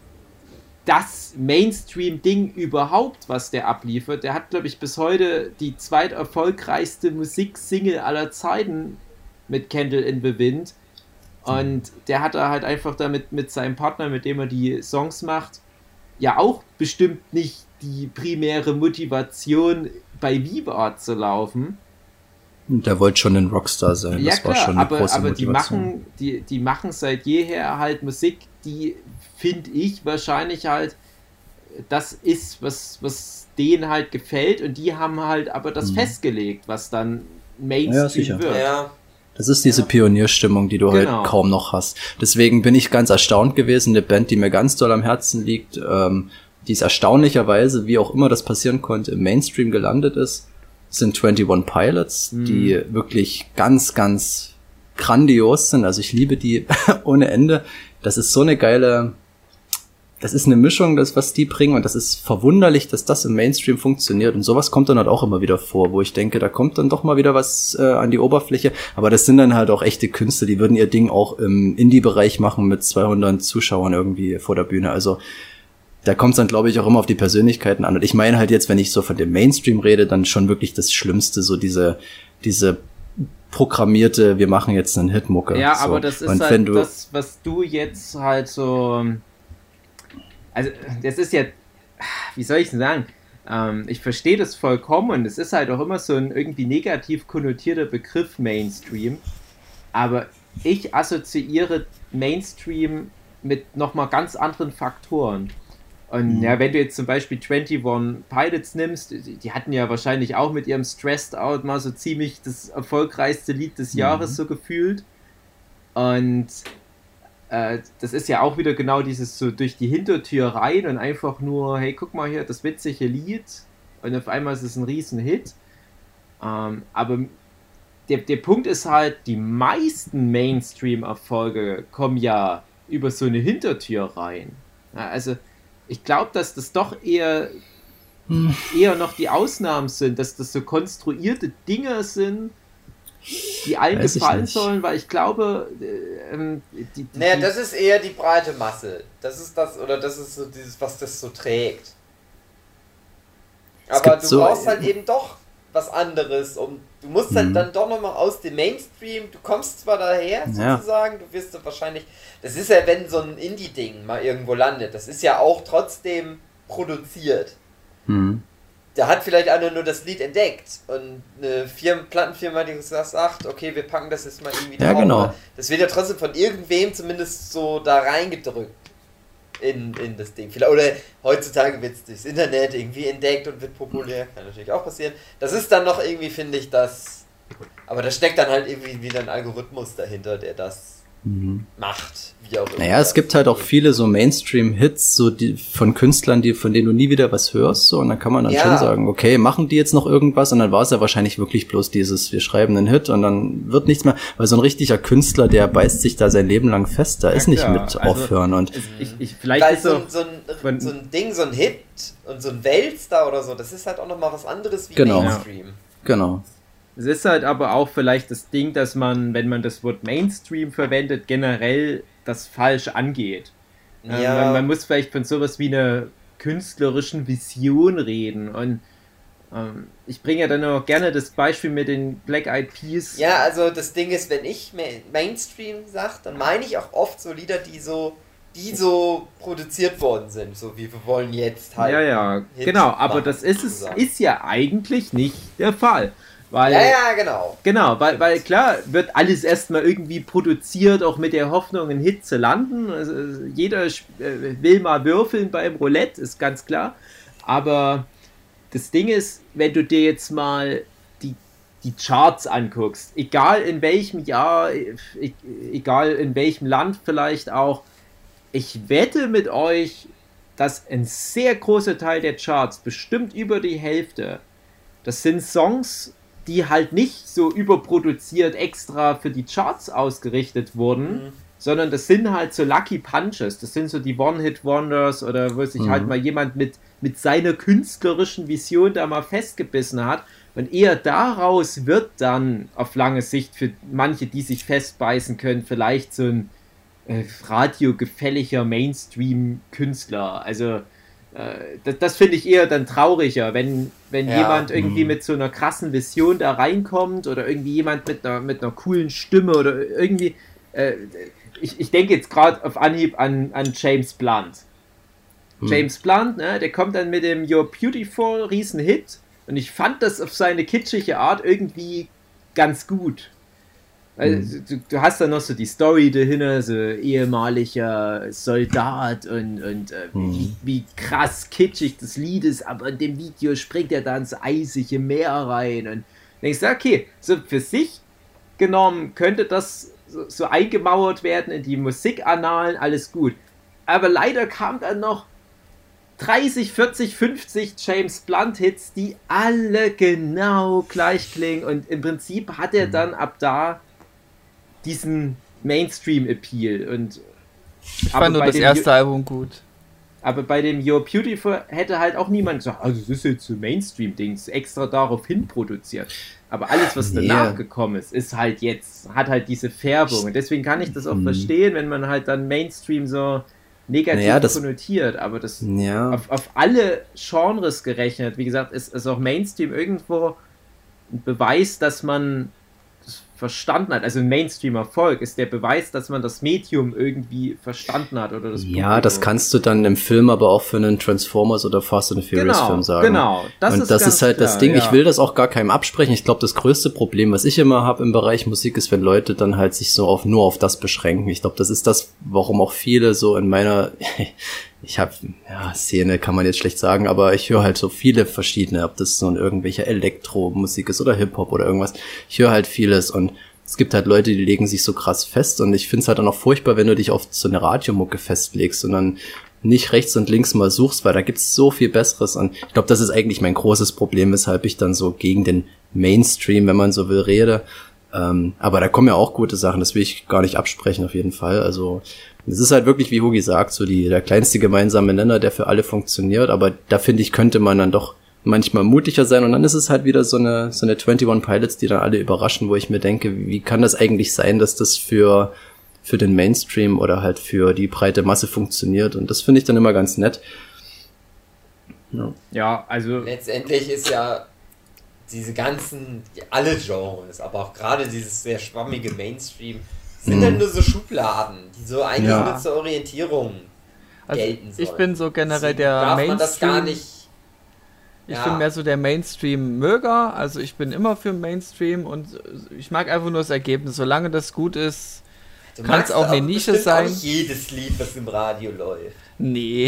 das Mainstream-Ding überhaupt, was der abliefert. Der hat, glaube ich, bis heute die zweiterfolgreichste Musiksingle aller Zeiten mit Candle in the Wind. Und der hat da halt einfach damit mit seinem Partner, mit dem er die Songs macht, ja auch bestimmt nicht die primäre Motivation, bei Viva zu laufen. Und der wollte schon ein Rockstar sein. Ja Das war klar, schon eine aber, große aber die, Motivation. machen, die, die machen seit jeher halt Musik, die, finde ich, wahrscheinlich halt das ist, was, was denen halt gefällt, und die haben halt aber das Mhm. festgelegt, was dann Ja, Mainstream sicher. wird. Ja, Das ist diese Pionierstimmung, die du Genau. halt kaum noch hast. Deswegen bin ich ganz erstaunt gewesen. Eine Band, die mir ganz doll am Herzen liegt, ähm, die es erstaunlicherweise, wie auch immer das passieren konnte, im Mainstream gelandet ist, sind einundzwanzig Pilots, Mhm. die wirklich ganz, ganz grandios sind. Also ich liebe die ohne Ende. Das ist so eine geile, das ist eine Mischung, das, was die bringen, und das ist verwunderlich, dass das im Mainstream funktioniert, und sowas kommt dann halt auch immer wieder vor, wo ich denke, da kommt dann doch mal wieder was äh, an die Oberfläche, aber das sind dann halt auch echte Künstler, die würden ihr Ding auch im Indie-Bereich machen mit zweihundert Zuschauern irgendwie vor der Bühne, also da kommt es dann, glaube ich, auch immer auf die Persönlichkeiten an, und ich meine halt jetzt, wenn ich so von dem Mainstream rede, dann schon wirklich das Schlimmste, so diese, diese programmierte, wir machen jetzt einen Hitmucke. Ja, so. aber das ist Und halt wenn du, das, was du jetzt halt so. Also, das ist ja. Wie soll ich denn sagen? Ähm, ich verstehe das vollkommen, und es ist halt auch immer so ein irgendwie negativ konnotierter Begriff Mainstream. Aber ich assoziiere Mainstream mit nochmal ganz anderen Faktoren. Und Mhm. ja, wenn du jetzt zum Beispiel einundzwanzig Pilots nimmst, die, die hatten ja wahrscheinlich auch mit ihrem Stressed Out mal so ziemlich das erfolgreichste Lied des Jahres Mhm. so gefühlt. Und äh, das ist ja auch wieder genau dieses so durch die Hintertür rein und einfach nur, hey, guck mal hier, das witzige Lied. Und auf einmal ist es ein Riesenhit. Ähm, aber der, der Punkt ist halt, die meisten Mainstream-Erfolge kommen ja über so eine Hintertür rein. Ja, also ich glaube, dass das doch eher, Hm. eher noch die Ausnahmen sind, dass das so konstruierte Dinge sind, die allen Weiß ich gefallen nicht. sollen, weil ich glaube, äh, ähm, die, die, naja, die- das ist eher die breite Masse. Das ist das, oder das ist so dieses, was das so trägt. Es Aber gibt du so- brauchst halt eben doch was anderes. Und du musst Mhm. halt dann doch nochmal aus dem Mainstream, du kommst zwar daher Ja. sozusagen, du wirst dann wahrscheinlich, das ist ja, wenn so ein Indie-Ding mal irgendwo landet, das ist ja auch trotzdem produziert. Mhm. Da hat vielleicht einer nur das Lied entdeckt und eine Firmen, Plattenfirma, die sagt, okay, wir packen das jetzt mal irgendwie Ja, drauf. genau. Das wird ja trotzdem von irgendwem zumindest so da reingedrückt in, in das Ding. Vielleicht- Oder heutzutage wird es durchs Internet irgendwie entdeckt und wird populär. Kann natürlich auch passieren. Das ist dann noch irgendwie, finde ich, das... Aber da steckt dann halt irgendwie wieder ein Algorithmus dahinter, der das Mhm. macht, wie auch immer. Naja, es das gibt halt auch geht. viele so Mainstream-Hits, so die von Künstlern, die, von denen du nie wieder was hörst, so, und dann kann man dann Ja. schon sagen, okay, machen die jetzt noch irgendwas? Und dann war es ja wahrscheinlich wirklich bloß dieses, wir schreiben einen Hit und dann wird nichts mehr, weil so ein richtiger Künstler, der beißt sich da sein Leben lang fest, da ist nicht klar. mit Also, aufhören und, Ich, ich, vielleicht Weil ist so, so, ein- so, ein, wenn- so ein Ding, so ein Hit und so ein Weltstar oder so, das ist halt auch nochmal was anderes wie Genau. Mainstream. genau. es ist halt aber auch vielleicht das Ding, dass man, wenn man das Wort Mainstream verwendet, generell das falsch angeht. Ähm, Ja. man, man muss vielleicht von sowas wie einer künstlerischen Vision reden. Und ähm, ich bringe ja dann auch gerne das Beispiel mit den Black Eyed Peas. Ja, also das Ding ist, wenn ich Ma- Mainstream sage, dann meine ich auch oft so Lieder, die so, die so produziert worden sind, so wie wir wollen jetzt halt. ja, ja, Hits genau. Aber machen, das ist es, sozusagen. ist ja eigentlich nicht der Fall. Weil, Ja, ja, genau. Genau, weil, weil klar wird alles erstmal irgendwie produziert, auch mit der Hoffnung, einen Hit zu landen. Also, jeder sp- äh, will mal würfeln beim Roulette, ist ganz klar. Aber das Ding ist, wenn du dir jetzt mal die, die Charts anguckst, egal in welchem Jahr, e- egal in welchem Land vielleicht auch, ich wette mit euch, dass ein sehr großer Teil der Charts, bestimmt über die Hälfte, das sind Songs, die halt nicht so überproduziert extra für die Charts ausgerichtet wurden, Mhm. sondern das sind halt so Lucky Punches, das sind so die One-Hit-Wonders oder wo sich Mhm. halt mal jemand mit, mit seiner künstlerischen Vision da mal festgebissen hat und eher daraus wird dann auf lange Sicht für manche, die sich festbeißen können, vielleicht so ein äh, radiogefälliger Mainstream-Künstler, also äh, das, das finde ich eher dann trauriger, wenn, wenn Ja. jemand irgendwie Mhm. mit so einer krassen Vision da reinkommt oder irgendwie jemand mit einer, mit einer coolen Stimme oder irgendwie. Äh, ich, ich denke jetzt gerade auf Anhieb an, an James Blunt. Hm. James Blunt, ne, der kommt dann mit dem You're Beautiful, Riesenhit, und ich fand das auf seine kitschige Art irgendwie ganz gut. Weil Hm. du, du hast dann noch so die Story dahinter, so ehemaliger Soldat und, und äh, Hm. wie, wie krass kitschig das Lied ist, aber in dem Video springt er da ins eisige Meer rein und denkst du, okay, so für sich genommen könnte das so, so eingemauert werden in die Musikannalen, alles gut. Aber leider kam dann noch dreißig, vierzig, fünfzig James Blunt Hits, die alle genau gleich klingen und im Prinzip hat er dann ab da diesen Mainstream-Appeal und Ich fand nur das erste Album gut. aber bei dem You're Beautiful hätte halt auch niemand gesagt, also das ist jetzt so Mainstream-Dings, extra darauf hin produziert. Aber alles, was Nee. danach gekommen ist, ist halt jetzt, hat halt diese Färbung. Und deswegen kann ich das auch Hm. verstehen, wenn man halt dann Mainstream so negativ Naja, das- konnotiert. Aber das Ja. auf, auf alle Genres gerechnet, wie gesagt, ist, ist auch Mainstream irgendwo ein Beweis, dass man das verstanden hat. Also ein Mainstream-Erfolg ist der Beweis, dass man das Medium irgendwie verstanden hat oder das Ja, das Publikum. kannst du dann im Film aber auch für einen Transformers oder Fast and the Furious Genau, Film sagen. genau. Das und ist das ganz ist halt das klar, Ding, ja. ich will das auch gar keinem absprechen. Ich glaube, das größte Problem, was ich immer habe im Bereich Musik, ist, wenn Leute dann halt sich so auf nur auf das beschränken. Ich glaube, das ist das, warum auch viele so in meiner ich habe ja Szene kann man jetzt schlecht sagen, aber ich höre halt so viele verschiedene, ob das so ein irgendwelche Elektromusik ist oder Hip-Hop oder irgendwas. Ich höre halt vieles und es gibt halt Leute, die legen sich so krass fest und ich finde es halt dann auch furchtbar, wenn du dich auf so eine Radiomucke festlegst und dann nicht rechts und links mal suchst, weil da gibt's so viel Besseres und ich glaube, das ist eigentlich mein großes Problem, weshalb ich dann so gegen den Mainstream, wenn man so will, rede. Ähm, aber da kommen ja auch gute Sachen, das will ich gar nicht absprechen auf jeden Fall. Also es ist halt wirklich, wie Hugi sagt, so die der kleinste gemeinsame Nenner, der für alle funktioniert, aber da finde ich, könnte man dann doch manchmal mutiger sein und dann ist es halt wieder so eine so eine einundzwanzig Pilots, die dann alle überraschen, wo ich mir denke, wie kann das eigentlich sein, dass das für für den Mainstream oder halt für die breite Masse funktioniert und das finde ich dann immer ganz nett. Ja. Ja, also Letztendlich ist ja diese ganzen, alle Genres, aber auch gerade dieses sehr schwammige Mainstream, sind dann nur so Schubladen, die so eigentlich Ja. nur zur Orientierung Also gelten sollen. ich bin so generell Deswegen der darf man das gar Mainstream. nicht. Ich Ja. bin mehr so der Mainstream-Möger, also ich bin immer für Mainstream und ich mag einfach nur das Ergebnis. Solange das gut ist, Du kann's magst auch eine Nische bestimmt sein. Auch nicht jedes Lied, was im Radio läuft. nee.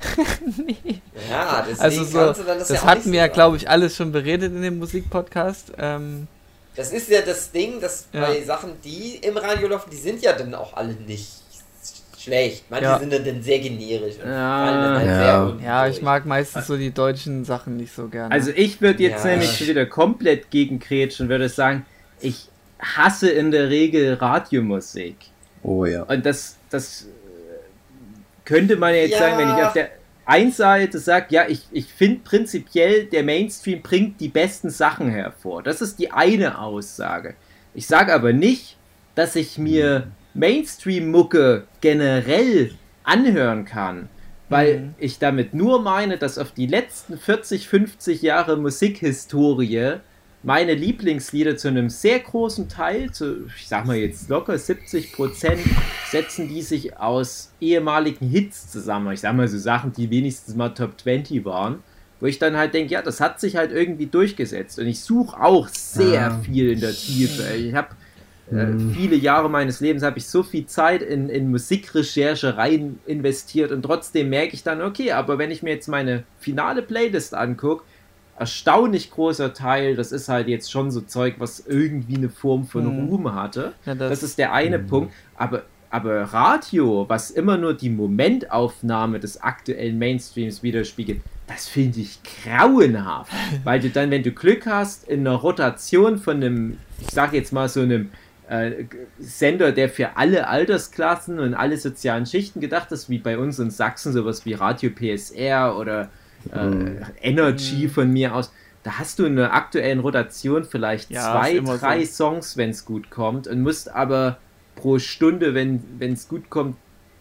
Ja, deswegen Also so, kannst du dann das, das ja auch hatten nicht so wir ja, sagen. glaube ich, alles schon beredet in dem Musikpodcast. Ähm, Das ist ja das Ding, dass Ja. bei Sachen, die im Radio laufen, die sind ja dann auch alle nicht schlecht. Manche Ja. sind dann, dann sehr generisch und Ja. fallen dann halt Ja. sehr unten ja, ich durch. mag meistens so die deutschen Sachen nicht so gerne. Also ich würde jetzt Ja. nämlich schon wieder komplett gegen Gretchen und würde sagen, ich hasse in der Regel Radiomusik. Oh ja. Und das, das äh, könnte man ja jetzt Ja. sagen, wenn ich auf der einen Seite sage, ja, ich, ich finde prinzipiell, der Mainstream bringt die besten Sachen hervor. Das ist die eine Aussage. Ich sage aber nicht, dass ich mir Mainstream-Mucke generell anhören kann, weil Mhm. ich damit nur meine, dass auf die letzten vierzig, fünfzig Jahre Musikhistorie meine Lieblingslieder zu einem sehr großen Teil, zu, ich sag mal jetzt locker siebzig Prozent, setzen die sich aus ehemaligen Hits zusammen. Ich sag mal so Sachen, die wenigstens mal Top zwanzig waren, wo ich dann halt denke, ja, das hat sich halt irgendwie durchgesetzt. Und ich suche auch sehr Ah. viel in der Tiefe. Ich habe äh, viele Jahre meines Lebens habe ich so viel Zeit in, in Musikrecherche rein investiert und trotzdem merke ich dann, okay, aber wenn ich mir jetzt meine finale Playlist angucke, erstaunlich großer Teil, das ist halt jetzt schon so Zeug, was irgendwie eine Form von Mhm. Ruhm hatte. Ja, das, das- ist der eine Punkt. Aber, aber Radio, was immer nur die Momentaufnahme des aktuellen Mainstreams widerspiegelt, das finde ich grauenhaft. Weil du dann, wenn du Glück hast, in einer Rotation von einem, ich sage jetzt mal so einem äh, Sender, der für alle Altersklassen und alle sozialen Schichten gedacht ist, wie bei uns in Sachsen, sowas wie Radio P S R oder äh, Energy von mir aus, da hast du in einer aktuellen Rotation vielleicht Ja, zwei, ist immer drei so. Songs, wenn es gut kommt, und musst aber pro Stunde, wenn es gut kommt,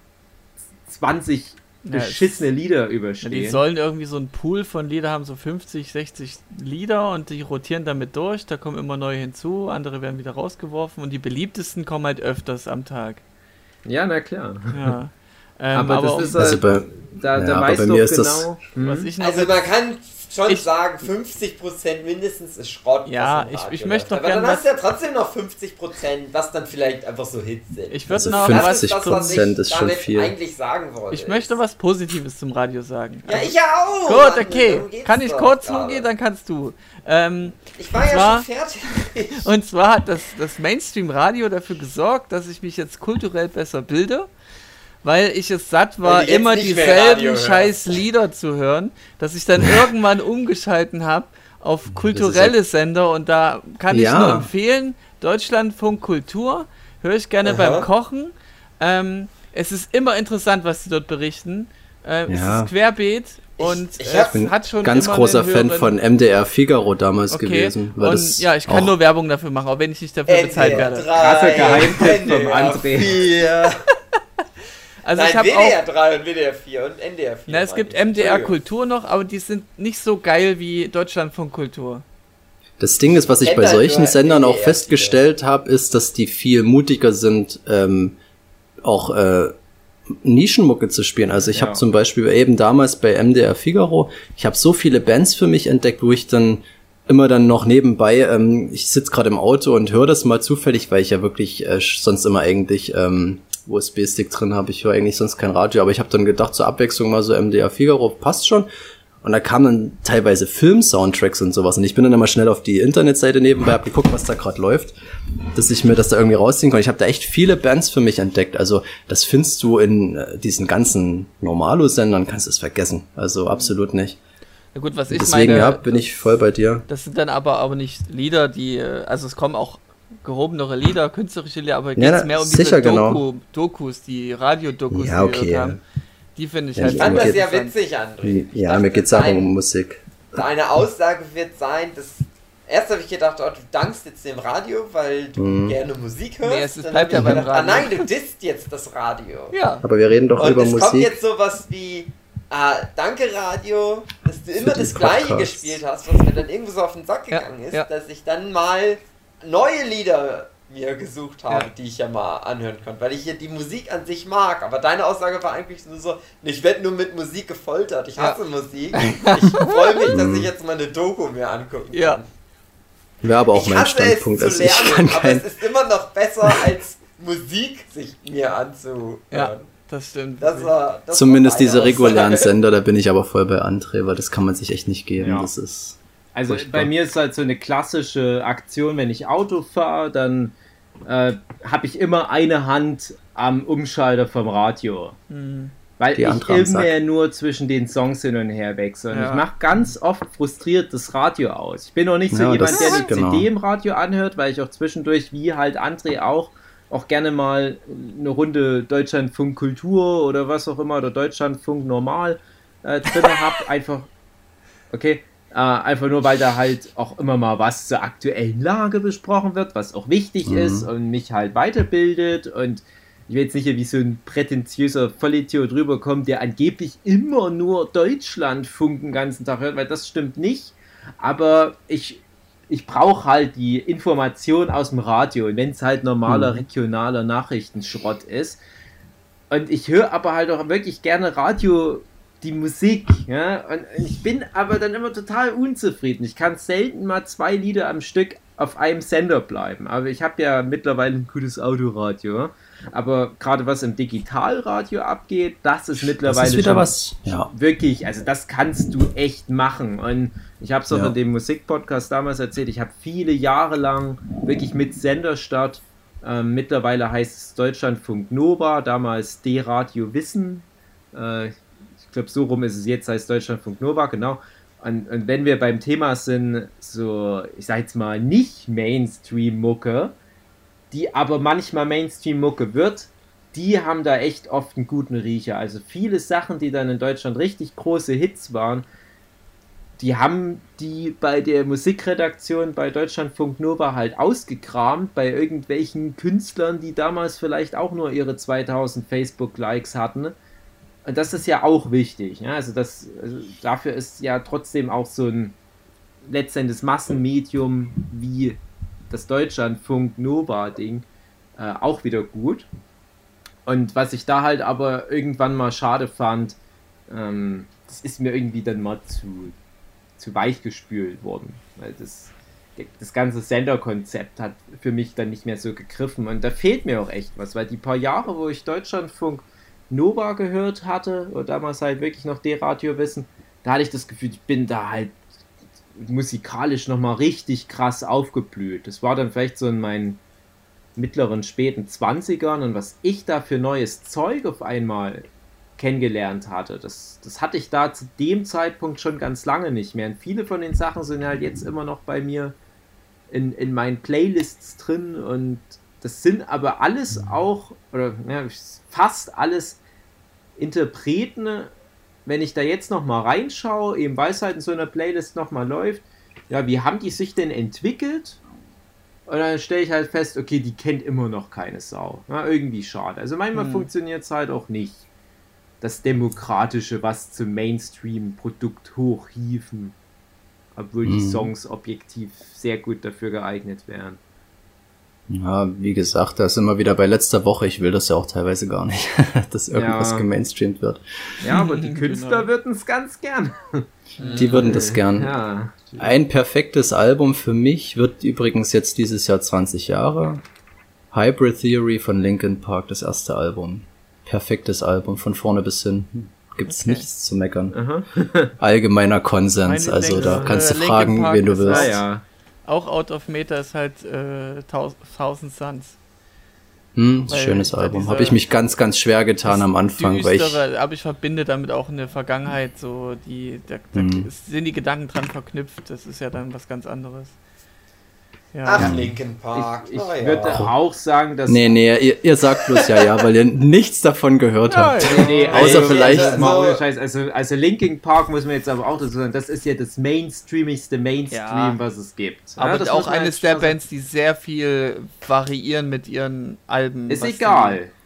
zwanzig Ja, es- beschissene Lieder Ja, die überstehen. sollen irgendwie so einen Pool von Lieder haben, so fünfzig, sechzig Lieder und die rotieren damit durch, da kommen immer neue hinzu, andere werden wieder rausgeworfen und die beliebtesten kommen halt öfters am Tag. Ja, na klar. Ja. Ähm, Aber aber das um- ist Also halt, bei, da, ja, da aber weißt bei du mir auch ist das- genau. Hm? was ich noch Also man kann schon Ich- sagen, fünfzig Prozent mindestens ist Schrott. Ja, was im ich- Radio ich möchte läuft. doch Aber gern dann hast du was- ja trotzdem noch fünfzig Prozent, was dann vielleicht einfach so Hits sind. ich würde Also noch Das fünfzig ist was, das, was ich Prozent ist schon damit viel. eigentlich sagen wollte. ich möchte was Positives zum Radio sagen. Ja, Also- ich ja auch. Gut, Mann, okay. darum geht's Kann ich doch kurz gerade. zugehen, dann kannst du. Ähm, Ich war Und ja zwar- schon fertig. Und zwar hat das, das Mainstream-Radio dafür gesorgt, dass ich mich jetzt kulturell besser bilde, weil ich es satt war, Weil du jetzt immer nicht mehr Radio dieselben hörst. scheiß Lieder zu hören, dass ich dann irgendwann umgeschalten habe auf kulturelle Sender und da kann ich Ja. nur empfehlen, Deutschlandfunk Kultur, höre ich gerne Aha. beim Kochen. Ähm, es ist immer interessant, was sie dort berichten. Ähm, Ja. Es ist querbeet und ich äh, hab- es hat schon ganz immer großer einen Fan höheren- von M D R Figaro damals Okay, gewesen. Weil und das ja, ich kann auch- nur Werbung dafür machen, auch wenn ich nicht dafür bezahlt N D R werde. drei, Krasser Geheimtipp N D R vom André. vier. Also Nein, ich habe W D R auch, drei und W D R vier und N D R vier. na, es meine gibt ich. M D R Entschuldigung. Kultur noch, aber die sind nicht so geil wie Deutschlandfunk Kultur. Das Ding ist, was ich bei Ändert solchen nur Sendern auch die festgestellt habe, ist, dass die viel mutiger sind, ähm, auch äh, Nischenmucke zu spielen. Also ich Ja. habe zum Beispiel eben damals bei M D R Figaro, ich habe so viele Bands für mich entdeckt, wo ich dann immer dann noch nebenbei, ähm, ich sitze gerade im Auto und höre das mal zufällig, weil ich ja wirklich äh, sonst immer eigentlich ähm, U S B-Stick drin habe. Ich höre eigentlich sonst kein Radio, aber ich habe dann gedacht, zur Abwechslung mal so M D R Figaro, passt schon. Und da kamen dann teilweise Film-Soundtracks und sowas. Und ich bin dann immer schnell auf die Internetseite nebenbei, hab geguckt, was da gerade läuft, dass ich mir das da irgendwie rausziehen kann. Ich habe da echt viele Bands für mich entdeckt. Also das findest du in äh, diesen ganzen Normalo-Sendern, kannst du es vergessen. Also absolut nicht. Na gut, was ich Deswegen meine, ja, bin ich voll bei dir. das sind dann aber aber nicht Lieder, die, äh, also es kommen auch gehobenere Lieder, künstlerische Lieder, aber Ja, geht es na, mehr um sicher, diese Doku, genau. Dokus, die Radiodokus, Ja, die okay, wir dort ja. haben. Die finde ich Ja, halt Ich fand Mir das geht- ja interessant. witzig, André. Ich Ja, dachte, mir geht's auch dein- um Musik. Deine Aussage wird sein, dass erst habe ich gedacht, oh, du dankst jetzt dem Radio, weil du Mhm. gerne Musik hörst. Nee, es ist- Dann bleibt hab ich ja beim gedacht, Radio. Ah nein, du disst jetzt das Radio. Ja, Aber wir reden doch Und über es kommt Musik. jetzt sowas wie, ah, danke Radio, dass dass du Für immer die das Gleiche Podcasts. gespielt hast, was mir dann irgendwo so auf den Sack Ja, gegangen ist, ja. dass ich dann mal neue Lieder mir gesucht habe, Ja. die ich ja mal anhören konnte, weil ich hier die Musik an sich mag, aber deine Aussage war eigentlich nur so, ich werde nur mit Musik gefoltert, ich hasse Musik, ich freue mich, dass ich jetzt mal eine Doku mir angucken kann. Ja. Wäre aber auch ich mein hasse Standpunkt. es Also zu ich lernen, kann aber kein, es ist immer noch besser als Musik sich mir anzuhören. Ja, das stimmt. Das war, das zumindest war meine diese regulären Aussage. Sender, da bin ich aber voll bei André, weil das kann man sich echt nicht geben. Ja. Das ist Also furchtbar. bei mir ist halt so eine klassische Aktion, wenn ich Auto fahre, dann äh, habe ich immer eine Hand am Umschalter vom Radio. Hm. Weil Die ich andere am Sack. immer nur zwischen den Songs hin und her wechsle. Und Ja. ich mache ganz oft frustriert das Radio aus. Ich bin auch nicht so Ja, jemand, das- der die genau. C D im Radio anhört, weil ich auch zwischendurch, wie halt André auch, auch gerne mal eine Runde Deutschlandfunk Kultur oder was auch immer, oder Deutschlandfunk Normal äh, drin habe. Einfach, okay, äh, einfach nur, weil da halt auch immer mal was zur aktuellen Lage besprochen wird, was auch wichtig Mhm. ist und mich halt weiterbildet. Und ich will jetzt nicht hier wie so ein prätentiöser Vollidiot rüberkommen, der angeblich immer nur Deutschlandfunk den ganzen Tag hört, weil das stimmt nicht. Aber ich, ich brauche halt die Information aus dem Radio. Und wenn es halt normaler, Mhm. regionaler Nachrichtenschrott ist. Und ich höre aber halt auch wirklich gerne Radio, die Musik. Ja? Und ich bin aber dann immer total unzufrieden. Ich kann selten mal zwei Lieder am Stück auf einem Sender bleiben. Aber ich habe ja mittlerweile ein gutes Autoradio. Aber gerade was im Digitalradio abgeht, das ist mittlerweile das ist wieder schon was. Ja. wirklich, also das kannst du echt machen. Und ich habe es auch Ja. in dem Musikpodcast damals erzählt, ich habe viele Jahre lang wirklich mit Senderstart, ähm, mittlerweile heißt es Deutschlandfunk Nova, damals D-Radio Wissen, äh, ich glaube so rum ist es jetzt, heißt Deutschlandfunk Nova, genau. Und, und wenn wir beim Thema sind, so, ich sag jetzt mal, nicht Mainstream-Mucke, die aber manchmal Mainstream-Mucke wird, die haben da echt oft einen guten Riecher. Also viele Sachen, die dann in Deutschland richtig große Hits waren, die haben die bei der Musikredaktion bei Deutschlandfunk Nova halt ausgekramt, bei irgendwelchen Künstlern, die damals vielleicht auch nur ihre zweitausend Facebook-Likes hatten. Und das ist ja auch wichtig. Ja? Also, das, also dafür ist ja trotzdem auch so ein letztendlich Massenmedium wie das Deutschlandfunk Nova-Ding äh, auch wieder gut. Und was ich da halt aber irgendwann mal schade fand, ähm, das ist mir irgendwie dann mal zu, zu weich gespült worden. Weil das, das ganze Senderkonzept hat für mich dann nicht mehr so gegriffen. Und da fehlt mir auch echt was, weil die paar Jahre, wo ich Deutschlandfunk Nova gehört hatte, oder damals halt wirklich noch D-Radio Wissen, da hatte ich das Gefühl, ich bin da halt musikalisch nochmal richtig krass aufgeblüht. Das war dann vielleicht so in meinen mittleren, späten Zwanzigern und was ich da für neues Zeug auf einmal kennengelernt hatte, das, das hatte ich da zu dem Zeitpunkt schon ganz lange nicht mehr. Und viele von den Sachen sind halt jetzt immer noch bei mir in, in meinen Playlists drin und das sind aber alles auch, oder ja, fast alles Interpreten. Wenn ich da jetzt nochmal reinschaue, eben weil es halt in so einer Playlist nochmal läuft, ja, wie haben die sich denn entwickelt? Und dann stelle ich halt fest, okay, die kennt immer noch keine Sau. Ja, irgendwie schade. Also manchmal Hm. funktioniert es halt auch nicht. Das Demokratische, was zum Mainstream-Produkt hochhieven. Obwohl die Mhm. Songs objektiv sehr gut dafür geeignet wären. Ja, wie gesagt, da ist immer wieder bei letzter Woche, ich will das ja auch teilweise gar nicht, dass irgendwas Ja. gemainstreamt wird. Ja, aber die Genau. Künstler würden es ganz gern. Die würden das gern. Ja. Ein perfektes Album für mich wird übrigens jetzt dieses Jahr zwanzig Jahre. Hybrid Theory von Linkin Park, das erste Album. Perfektes Album, von vorne bis hinten. Gibt's Okay. nichts zu meckern. Aha. Allgemeiner Konsens, Meine also Denke, da kannst du äh, Linkin fragen, Park wen du ist willst. Ja, ja. Auch Out of Meter ist halt äh, Taus- Thousand Suns. Hm, Weil schönes da Album. dieser- Habe ich mich ganz, ganz schwer getan am Anfang, weil ich Düstere, aber ich verbinde damit auch eine Vergangenheit, so die, da, da Mhm. sind die Gedanken dran verknüpft, das ist ja dann was ganz anderes. Ja. Ach, Linkin Park. Ich, ich Na ja. würde auch sagen, dass. Nee, nee, ihr, ihr sagt bloß ja, ja, weil ihr nichts davon gehört habt. Ja, Nee, Außer also, vielleicht- Also, mal ohne Scheiß, also, also Linkin Park muss man jetzt aber auch dazu sagen, das ist ja das mainstreamigste Mainstream, Ja. was es gibt. Aber ja, das auch muss man eines jetzt der schon sagen. Bands, die sehr viel variieren mit ihren Alben. Ist was egal.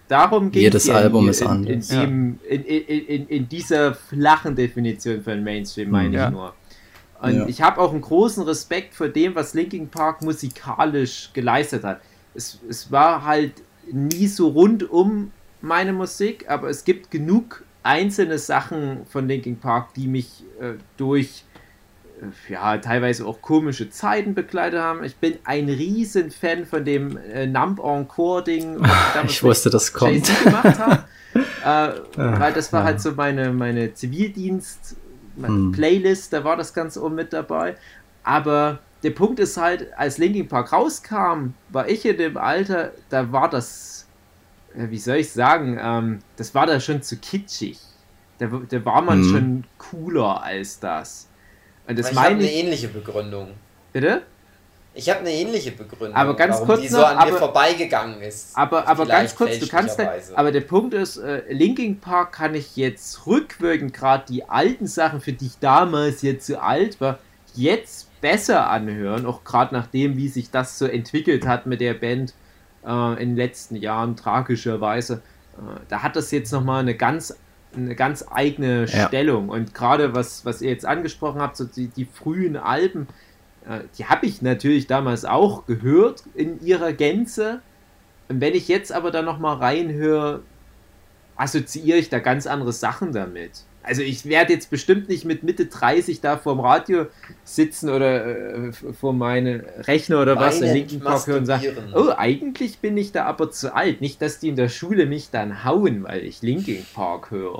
darum geht Jedes ja Album hier ist in, anders. In, dem, in, in, in, in dieser flachen Definition von Mainstream, meine Ja. ich nur. Und Ja. ich habe auch einen großen Respekt vor dem, was Linkin Park musikalisch geleistet hat. Es, es war halt nie so rundum meine Musik, aber es gibt genug einzelne Sachen von Linkin Park, die mich äh, durch äh, ja, teilweise auch komische Zeiten begleitet haben. Ich bin ein riesen Fan von dem äh, Numb Encore Ding, was ich damals Ich wusste, das kommt. Jay-Z gemacht habe. äh, weil das war halt so meine, meine Zivildienst Hm. Playlist, da war das Ganze oben mit dabei. Aber der Punkt ist halt, als Linkin Park rauskam, war ich in dem Alter, da war das, äh, wie soll ich sagen, ähm, das war da schon zu kitschig. Da, da war man Mhm. schon cooler als das. Und das ich habe meine eine ich. ähnliche Begründung. Bitte? Ich habe eine ähnliche Begründung, Aber ganz warum kurz die noch, so an aber- mir vorbeigegangen ist. Aber, aber ganz Vielleicht kurz, du kannst da, fälschlicherweise. aber der Punkt ist, äh, Linkin Park kann ich jetzt rückwirkend gerade die alten Sachen, für die ich damals jetzt zu alt war, jetzt besser anhören, auch gerade nachdem, wie sich das so entwickelt hat mit der Band äh, in den letzten Jahren, tragischerweise. Äh, da hat das jetzt nochmal eine ganz eine ganz eigene Ja. Stellung. Und gerade was, was ihr jetzt angesprochen habt, so die, die frühen Alben, äh, die habe ich natürlich damals auch gehört in ihrer Gänze. Und wenn ich jetzt aber da nochmal reinhöre, assoziiere ich da ganz andere Sachen damit. Also ich werde jetzt bestimmt nicht mit Mitte dreißig da vorm Radio sitzen oder äh, vor meinem Rechner oder was in Weinend Linkin Park hören und sagen, masturbieren. oh, eigentlich bin ich da aber zu alt. Nicht, dass die in der Schule mich dann hauen, weil ich Linkin Park höre.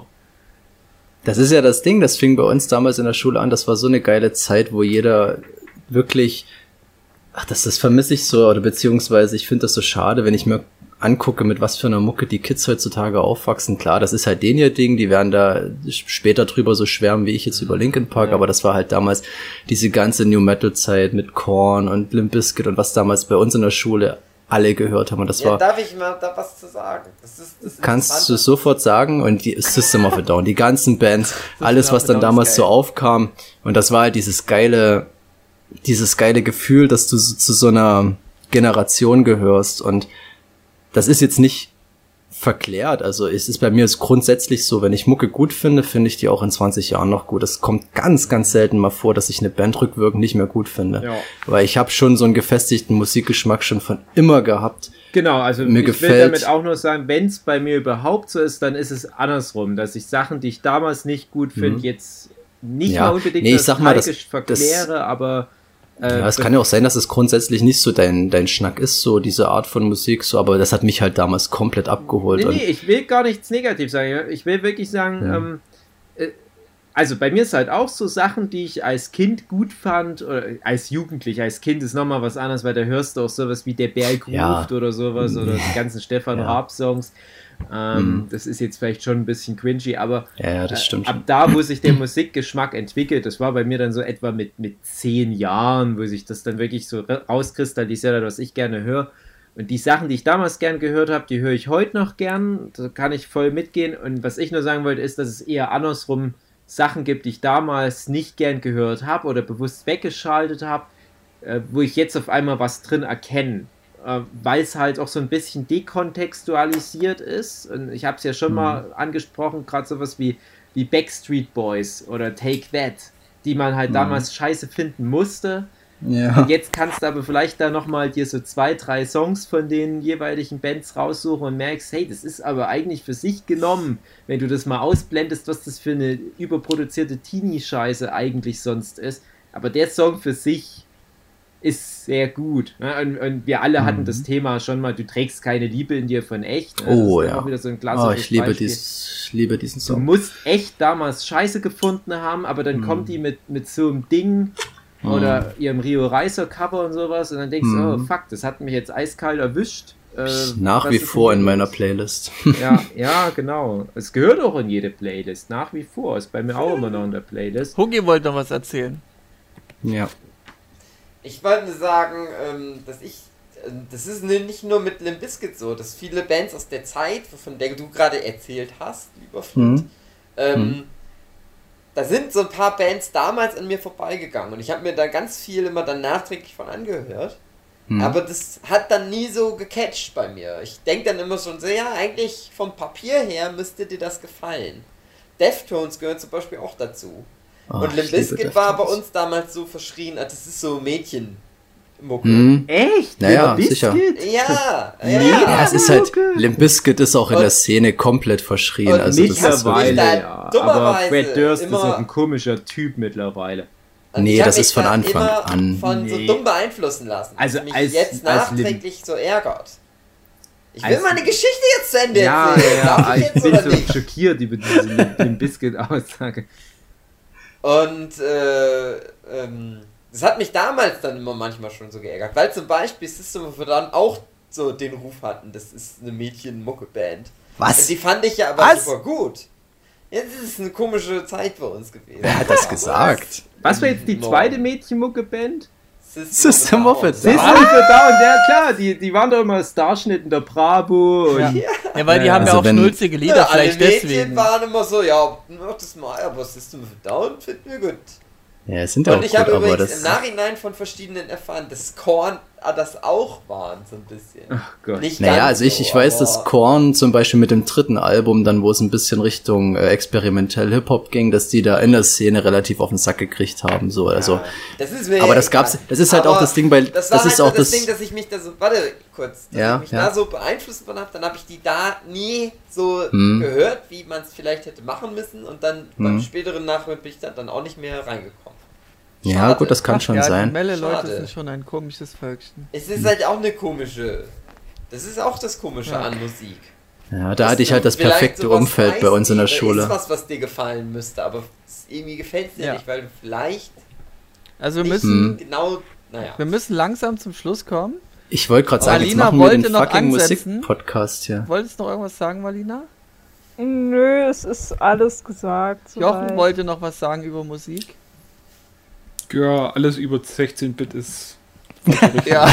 Das ist ja das Ding, das fing bei uns damals in der Schule an, das war so eine geile Zeit, wo jeder wirklich, ach, das, das vermisse ich so, oder beziehungsweise ich finde das so schade, wenn ich mir angucke, mit was für einer Mucke die Kids heutzutage aufwachsen. Klar, das ist halt den ihr Ding, die werden da später drüber so schwärmen, wie ich jetzt über Linkin Park, aber das war halt damals diese ganze New Metal Zeit mit Korn und Limp Bizkit und was damals bei uns in der Schule alle gehört haben und das Ja, war, darf ich mal da was zu sagen? Das ist, das kannst du Interessante- sofort sagen, und die System of a Down, die ganzen Bands, alles, was dann of a Down damals ist so geil. aufkam, und das war halt dieses geile, dieses geile Gefühl, dass du so, zu so einer Generation gehörst, und das ist jetzt nicht verklärt, also es ist bei mir grundsätzlich so, wenn ich Mucke gut finde, finde ich die auch in zwanzig Jahren noch gut. Es kommt ganz, ganz selten mal vor, dass ich eine Band rückwirkend nicht mehr gut finde, Ja. weil ich habe schon so einen gefestigten Musikgeschmack schon von immer gehabt. Genau, also Mir ich will gefällt- damit auch nur sagen, wenn es bei mir überhaupt so ist, dann ist es andersrum, dass ich Sachen, die ich damals nicht gut finde, Mhm. jetzt nicht Ja, mal unbedingt nee, ich sag mal, das- nostalgisch verkläre, aber äh, Ja, es kann ja auch sein, dass es grundsätzlich nicht so dein, dein Schnack ist, so diese Art von Musik, so, aber das hat mich halt damals komplett abgeholt. Nee, und nee, ich will gar nichts negativ sagen. Ich will wirklich sagen, Ja. ähm, äh, also bei mir ist halt auch so Sachen, die ich als Kind gut fand, oder als Jugendlich, als Kind ist nochmal was anderes, weil da hörst du auch sowas wie Der Berg ruft Ja. oder sowas, oder die ganzen Stefan Ja. Raab-Songs. Ähm, Mhm. Das ist jetzt vielleicht schon ein bisschen cringy, aber Ja, ja, das stimmt ab schon. da, wo sich der Musikgeschmack entwickelt, das war bei mir dann so etwa mit, mit zehn Jahren, wo sich das dann wirklich so ra- rauskristallisiert hat, was ich gerne höre. Und die Sachen, die ich damals gern gehört habe, die höre ich heute noch gern. Da kann ich voll mitgehen. Und was ich nur sagen wollte, ist, dass es eher andersrum Sachen gibt, die ich damals nicht gern gehört habe oder bewusst weggeschaltet habe, äh, wo ich jetzt auf einmal was drin erkenne. Äh, weil es halt auch so ein bisschen dekontextualisiert ist. Und ich habe es ja schon mal angesprochen, gerade sowas wie, wie Backstreet Boys oder Take That, die man halt damals scheiße finden musste. Ja. Und jetzt kannst du aber vielleicht da nochmal dir so zwei, drei Songs von den jeweiligen Bands raussuchen und merkst, hey, das ist aber eigentlich für sich genommen, wenn du das mal ausblendest, was das für eine überproduzierte Teenie-Scheiße eigentlich sonst ist. Aber der Song für sich ist sehr gut. Ne? Und, und wir alle hatten das Thema schon mal, du trägst keine Liebe in dir von echt. Ne? Oh, das ist ja. auch wieder so ein Oh, klassisches ich liebe, Beispiel. dies, ich liebe diesen Du Song. musst echt damals Scheiße gefunden haben, aber dann kommt die mit, mit so einem Ding oder ihrem Rio Reiser Cover und sowas und dann denkst du, oh fuck, das hat mich jetzt eiskalt erwischt. Äh, Nach was wie ist vor denn in hier meiner los? Playlist. Ja, ja, genau. Es gehört auch in jede Playlist, nach wie vor. Ist bei mir auch immer noch in der Playlist. Hugi wollte noch was erzählen. Ja. Ich wollte nur sagen, ähm, dass ich, äh, das ist ni- nicht nur mit Limp Bizkit so, dass viele Bands aus der Zeit, von der du gerade erzählt hast, lieber Flint, Mhm. ähm, da sind so ein paar Bands damals an mir vorbeigegangen und ich habe mir da ganz viel immer dann nachträglich von angehört. Hm. Aber das hat dann nie so gecatcht bei mir. Ich denke dann immer schon so, ja, eigentlich vom Papier her müsste dir das gefallen. Deftones gehören zum Beispiel auch dazu. Oh, Und Limp ich liebe Bizkit war bei Deftones. uns damals so verschrien, das ist so Mädchenmucke. Hm. Echt? Naja, Limp sicher. Bizkit? Ja, Nee, ja. Ja, es ist halt, Mucke. Limp Bizkit ist auch in Und- der Szene komplett verschrien. und Also das ist Mittlerweile, mich da ja. Aber dummerweise Fred Durst ist immer- auch ein komischer Typ mittlerweile. Und Nee, ich hab das mich ist von da Anfang immer an. von Nee. so dumm beeinflussen lassen, Also was mich als- jetzt als nachträglich so ärgert. Ich will als- meine Geschichte jetzt zu Ende Ja, erzählen. ja, Darf ich ich jetzt bin oder so nicht? schockiert über diese Limp Bizkit-Aussage. Und äh, ähm, das hat mich damals dann immer manchmal schon so geärgert, weil zum Beispiel System of a Down auch so den Ruf hatten, das ist eine Mädchen-Mucke-Band. Und Was? die fand ich ja aber Was? super gut. Jetzt ist es eine komische Zeit bei uns gewesen. Wer hat das Aber gesagt? Was war jetzt die No. zweite Mädchenmucke-Band? System of a Down. Down. System of a Down, ja klar, die, die waren doch immer Starschnitt in der Bravo und Ja. Ja, weil die Ja, haben ja also auch wenn- schnulzige Lieder, Ja, alle vielleicht Mädchen deswegen. waren immer so, ja, mach das mal, aber System of a Down finden wir gut. Ja, es sind ja auch Und ich gut, habe aber übrigens das... im Nachhinein von verschiedenen erfahren, dass Korn das auch waren, so ein bisschen. ach Gott. Nicht Naja, ganz also ich, so, ich weiß, aber- dass Korn zum Beispiel mit dem dritten Album, dann wo es ein bisschen Richtung äh, experimentell Hip-Hop ging, dass die da in der Szene relativ auf den Sack gekriegt haben, so, also... Ja, das ist mir Aber das egal. gab's, das ist halt auch Aber das Ding bei, Das war das ist halt auch so das das, Ding, dass ich mich da so, warte kurz, dass Ja, ich mich ja. da so beeinflusst worden habe, dann habe ich die da nie so Hm. gehört, wie man es vielleicht hätte machen müssen und dann beim Hm. späteren Nachhinein bin ich da dann auch nicht mehr reingekommen. ja Schade. gut, das kann Ach schon ja, die sein. Melle-Leute Schade. sind schon ein komisches Völkchen. Es ist halt auch eine komische, das ist auch das Komische Ja. an Musik. Ja, da Dass hatte ich du halt das vielleicht perfekte sowas Umfeld bei weißt, uns in der da Schule. ist was, was dir gefallen müsste, aber es- irgendwie gefällt es dir Ja. nicht, weil du vielleicht Also wir nicht müssen, Hm. genau, naja. wir müssen langsam zum Schluss kommen. Ich wollte gerade sagen, jetzt Alina machen wir den wollte noch fucking ansetzen. Musik-Podcast hier. Wolltest du noch irgendwas sagen, Marlina? Nö, es ist alles gesagt. Jochen soweit. wollte noch was sagen über Musik. Ja, alles über sechzehn Bit ist. Ja.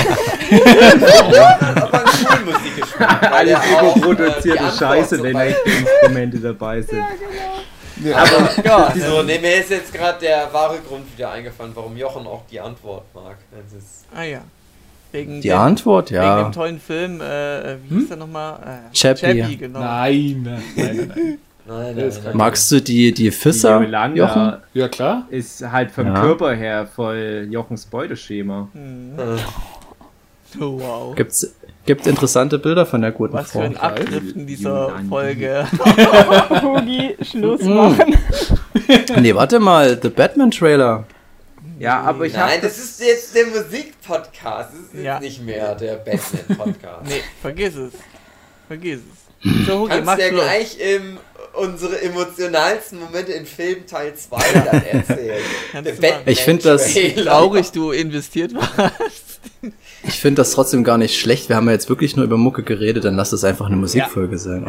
Aber ein Schulmusikgeschmack, weil Alles er auch, äh, überproduzierte die Antwort Scheiße, zum wenn Beispiel- echte Instrumente dabei sind. Aber Ja, so, ne, mir ist jetzt gerade der wahre Grund wieder eingefallen, warum Jochen auch die Antwort mag. Das ist Ah ja. Wegen Die dem, Antwort, wegen ja. dem tollen Film, äh, wie hieß der nochmal? Äh, Chappie. Chappie, genau. Nein, nein, nein, nein. nein, Das nein, ist nein. Magst du die, die Die Fisser, Jochen? Yolanda Ja, klar. ist halt vom Ja. Körper her voll Jochens Beuteschema. Hm. Äh, Oh, wow. Gibt's, gibt interessante Bilder von der guten Was für Frau. ein Abdriften dieser Jolandi. Folge. Hugi, Schluss machen. Nee, warte mal, The Batman-Trailer. Ja, aber ich Nein, habe das ist jetzt der Musikpodcast. Das ist jetzt Ja. nicht mehr der Batman-Podcast. Nee, vergiss es. Vergiss es. So, Hugi, Kannst mach ja Schluss. gleich im, unsere emotionalsten Momente in Film Teil zwei dann erzählen. Kannst Der du machen. Ich find das Batman-Trailer. Traurig, du investiert warst. Ich finde das trotzdem gar nicht schlecht. Wir haben ja jetzt wirklich nur über Mucke geredet, dann lass es einfach eine Musikfolge sein.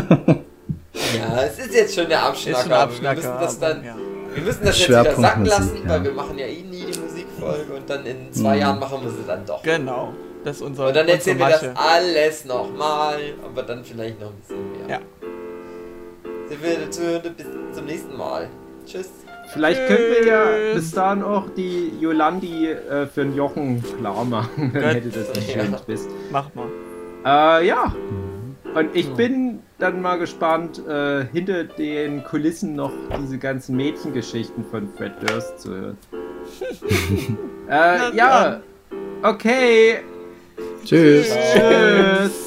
Ja, es ist jetzt schon der Abschnacker, Ist schon aber wir Abschnacker. müssen das aber, dann, ja. wir müssen das jetzt wieder Schwerpunkt sacken Musik, lassen, ja. weil wir machen ja eh nie die Musikfolge und dann in zwei Mhm. Jahren machen wir sie dann doch. Genau. Das ist unser, Und dann erzählen wir unsere das Masche. alles nochmal, aber dann vielleicht noch ein bisschen mehr. Ja. Sind wir zu, bis zum nächsten Mal. Tschüss. Vielleicht können wir ja Tschüss. bis dahin auch die Jolandi äh, für den Jochen klar machen. Dann Gut. hätte das einen Ja. schönen Twist. Mach mal. Äh, ja. Und ich bin dann mal gespannt, äh, hinter den Kulissen noch diese ganzen Mädchengeschichten von Fred Durst zu hören. äh, ja. Okay. Tschüss. Tschüss.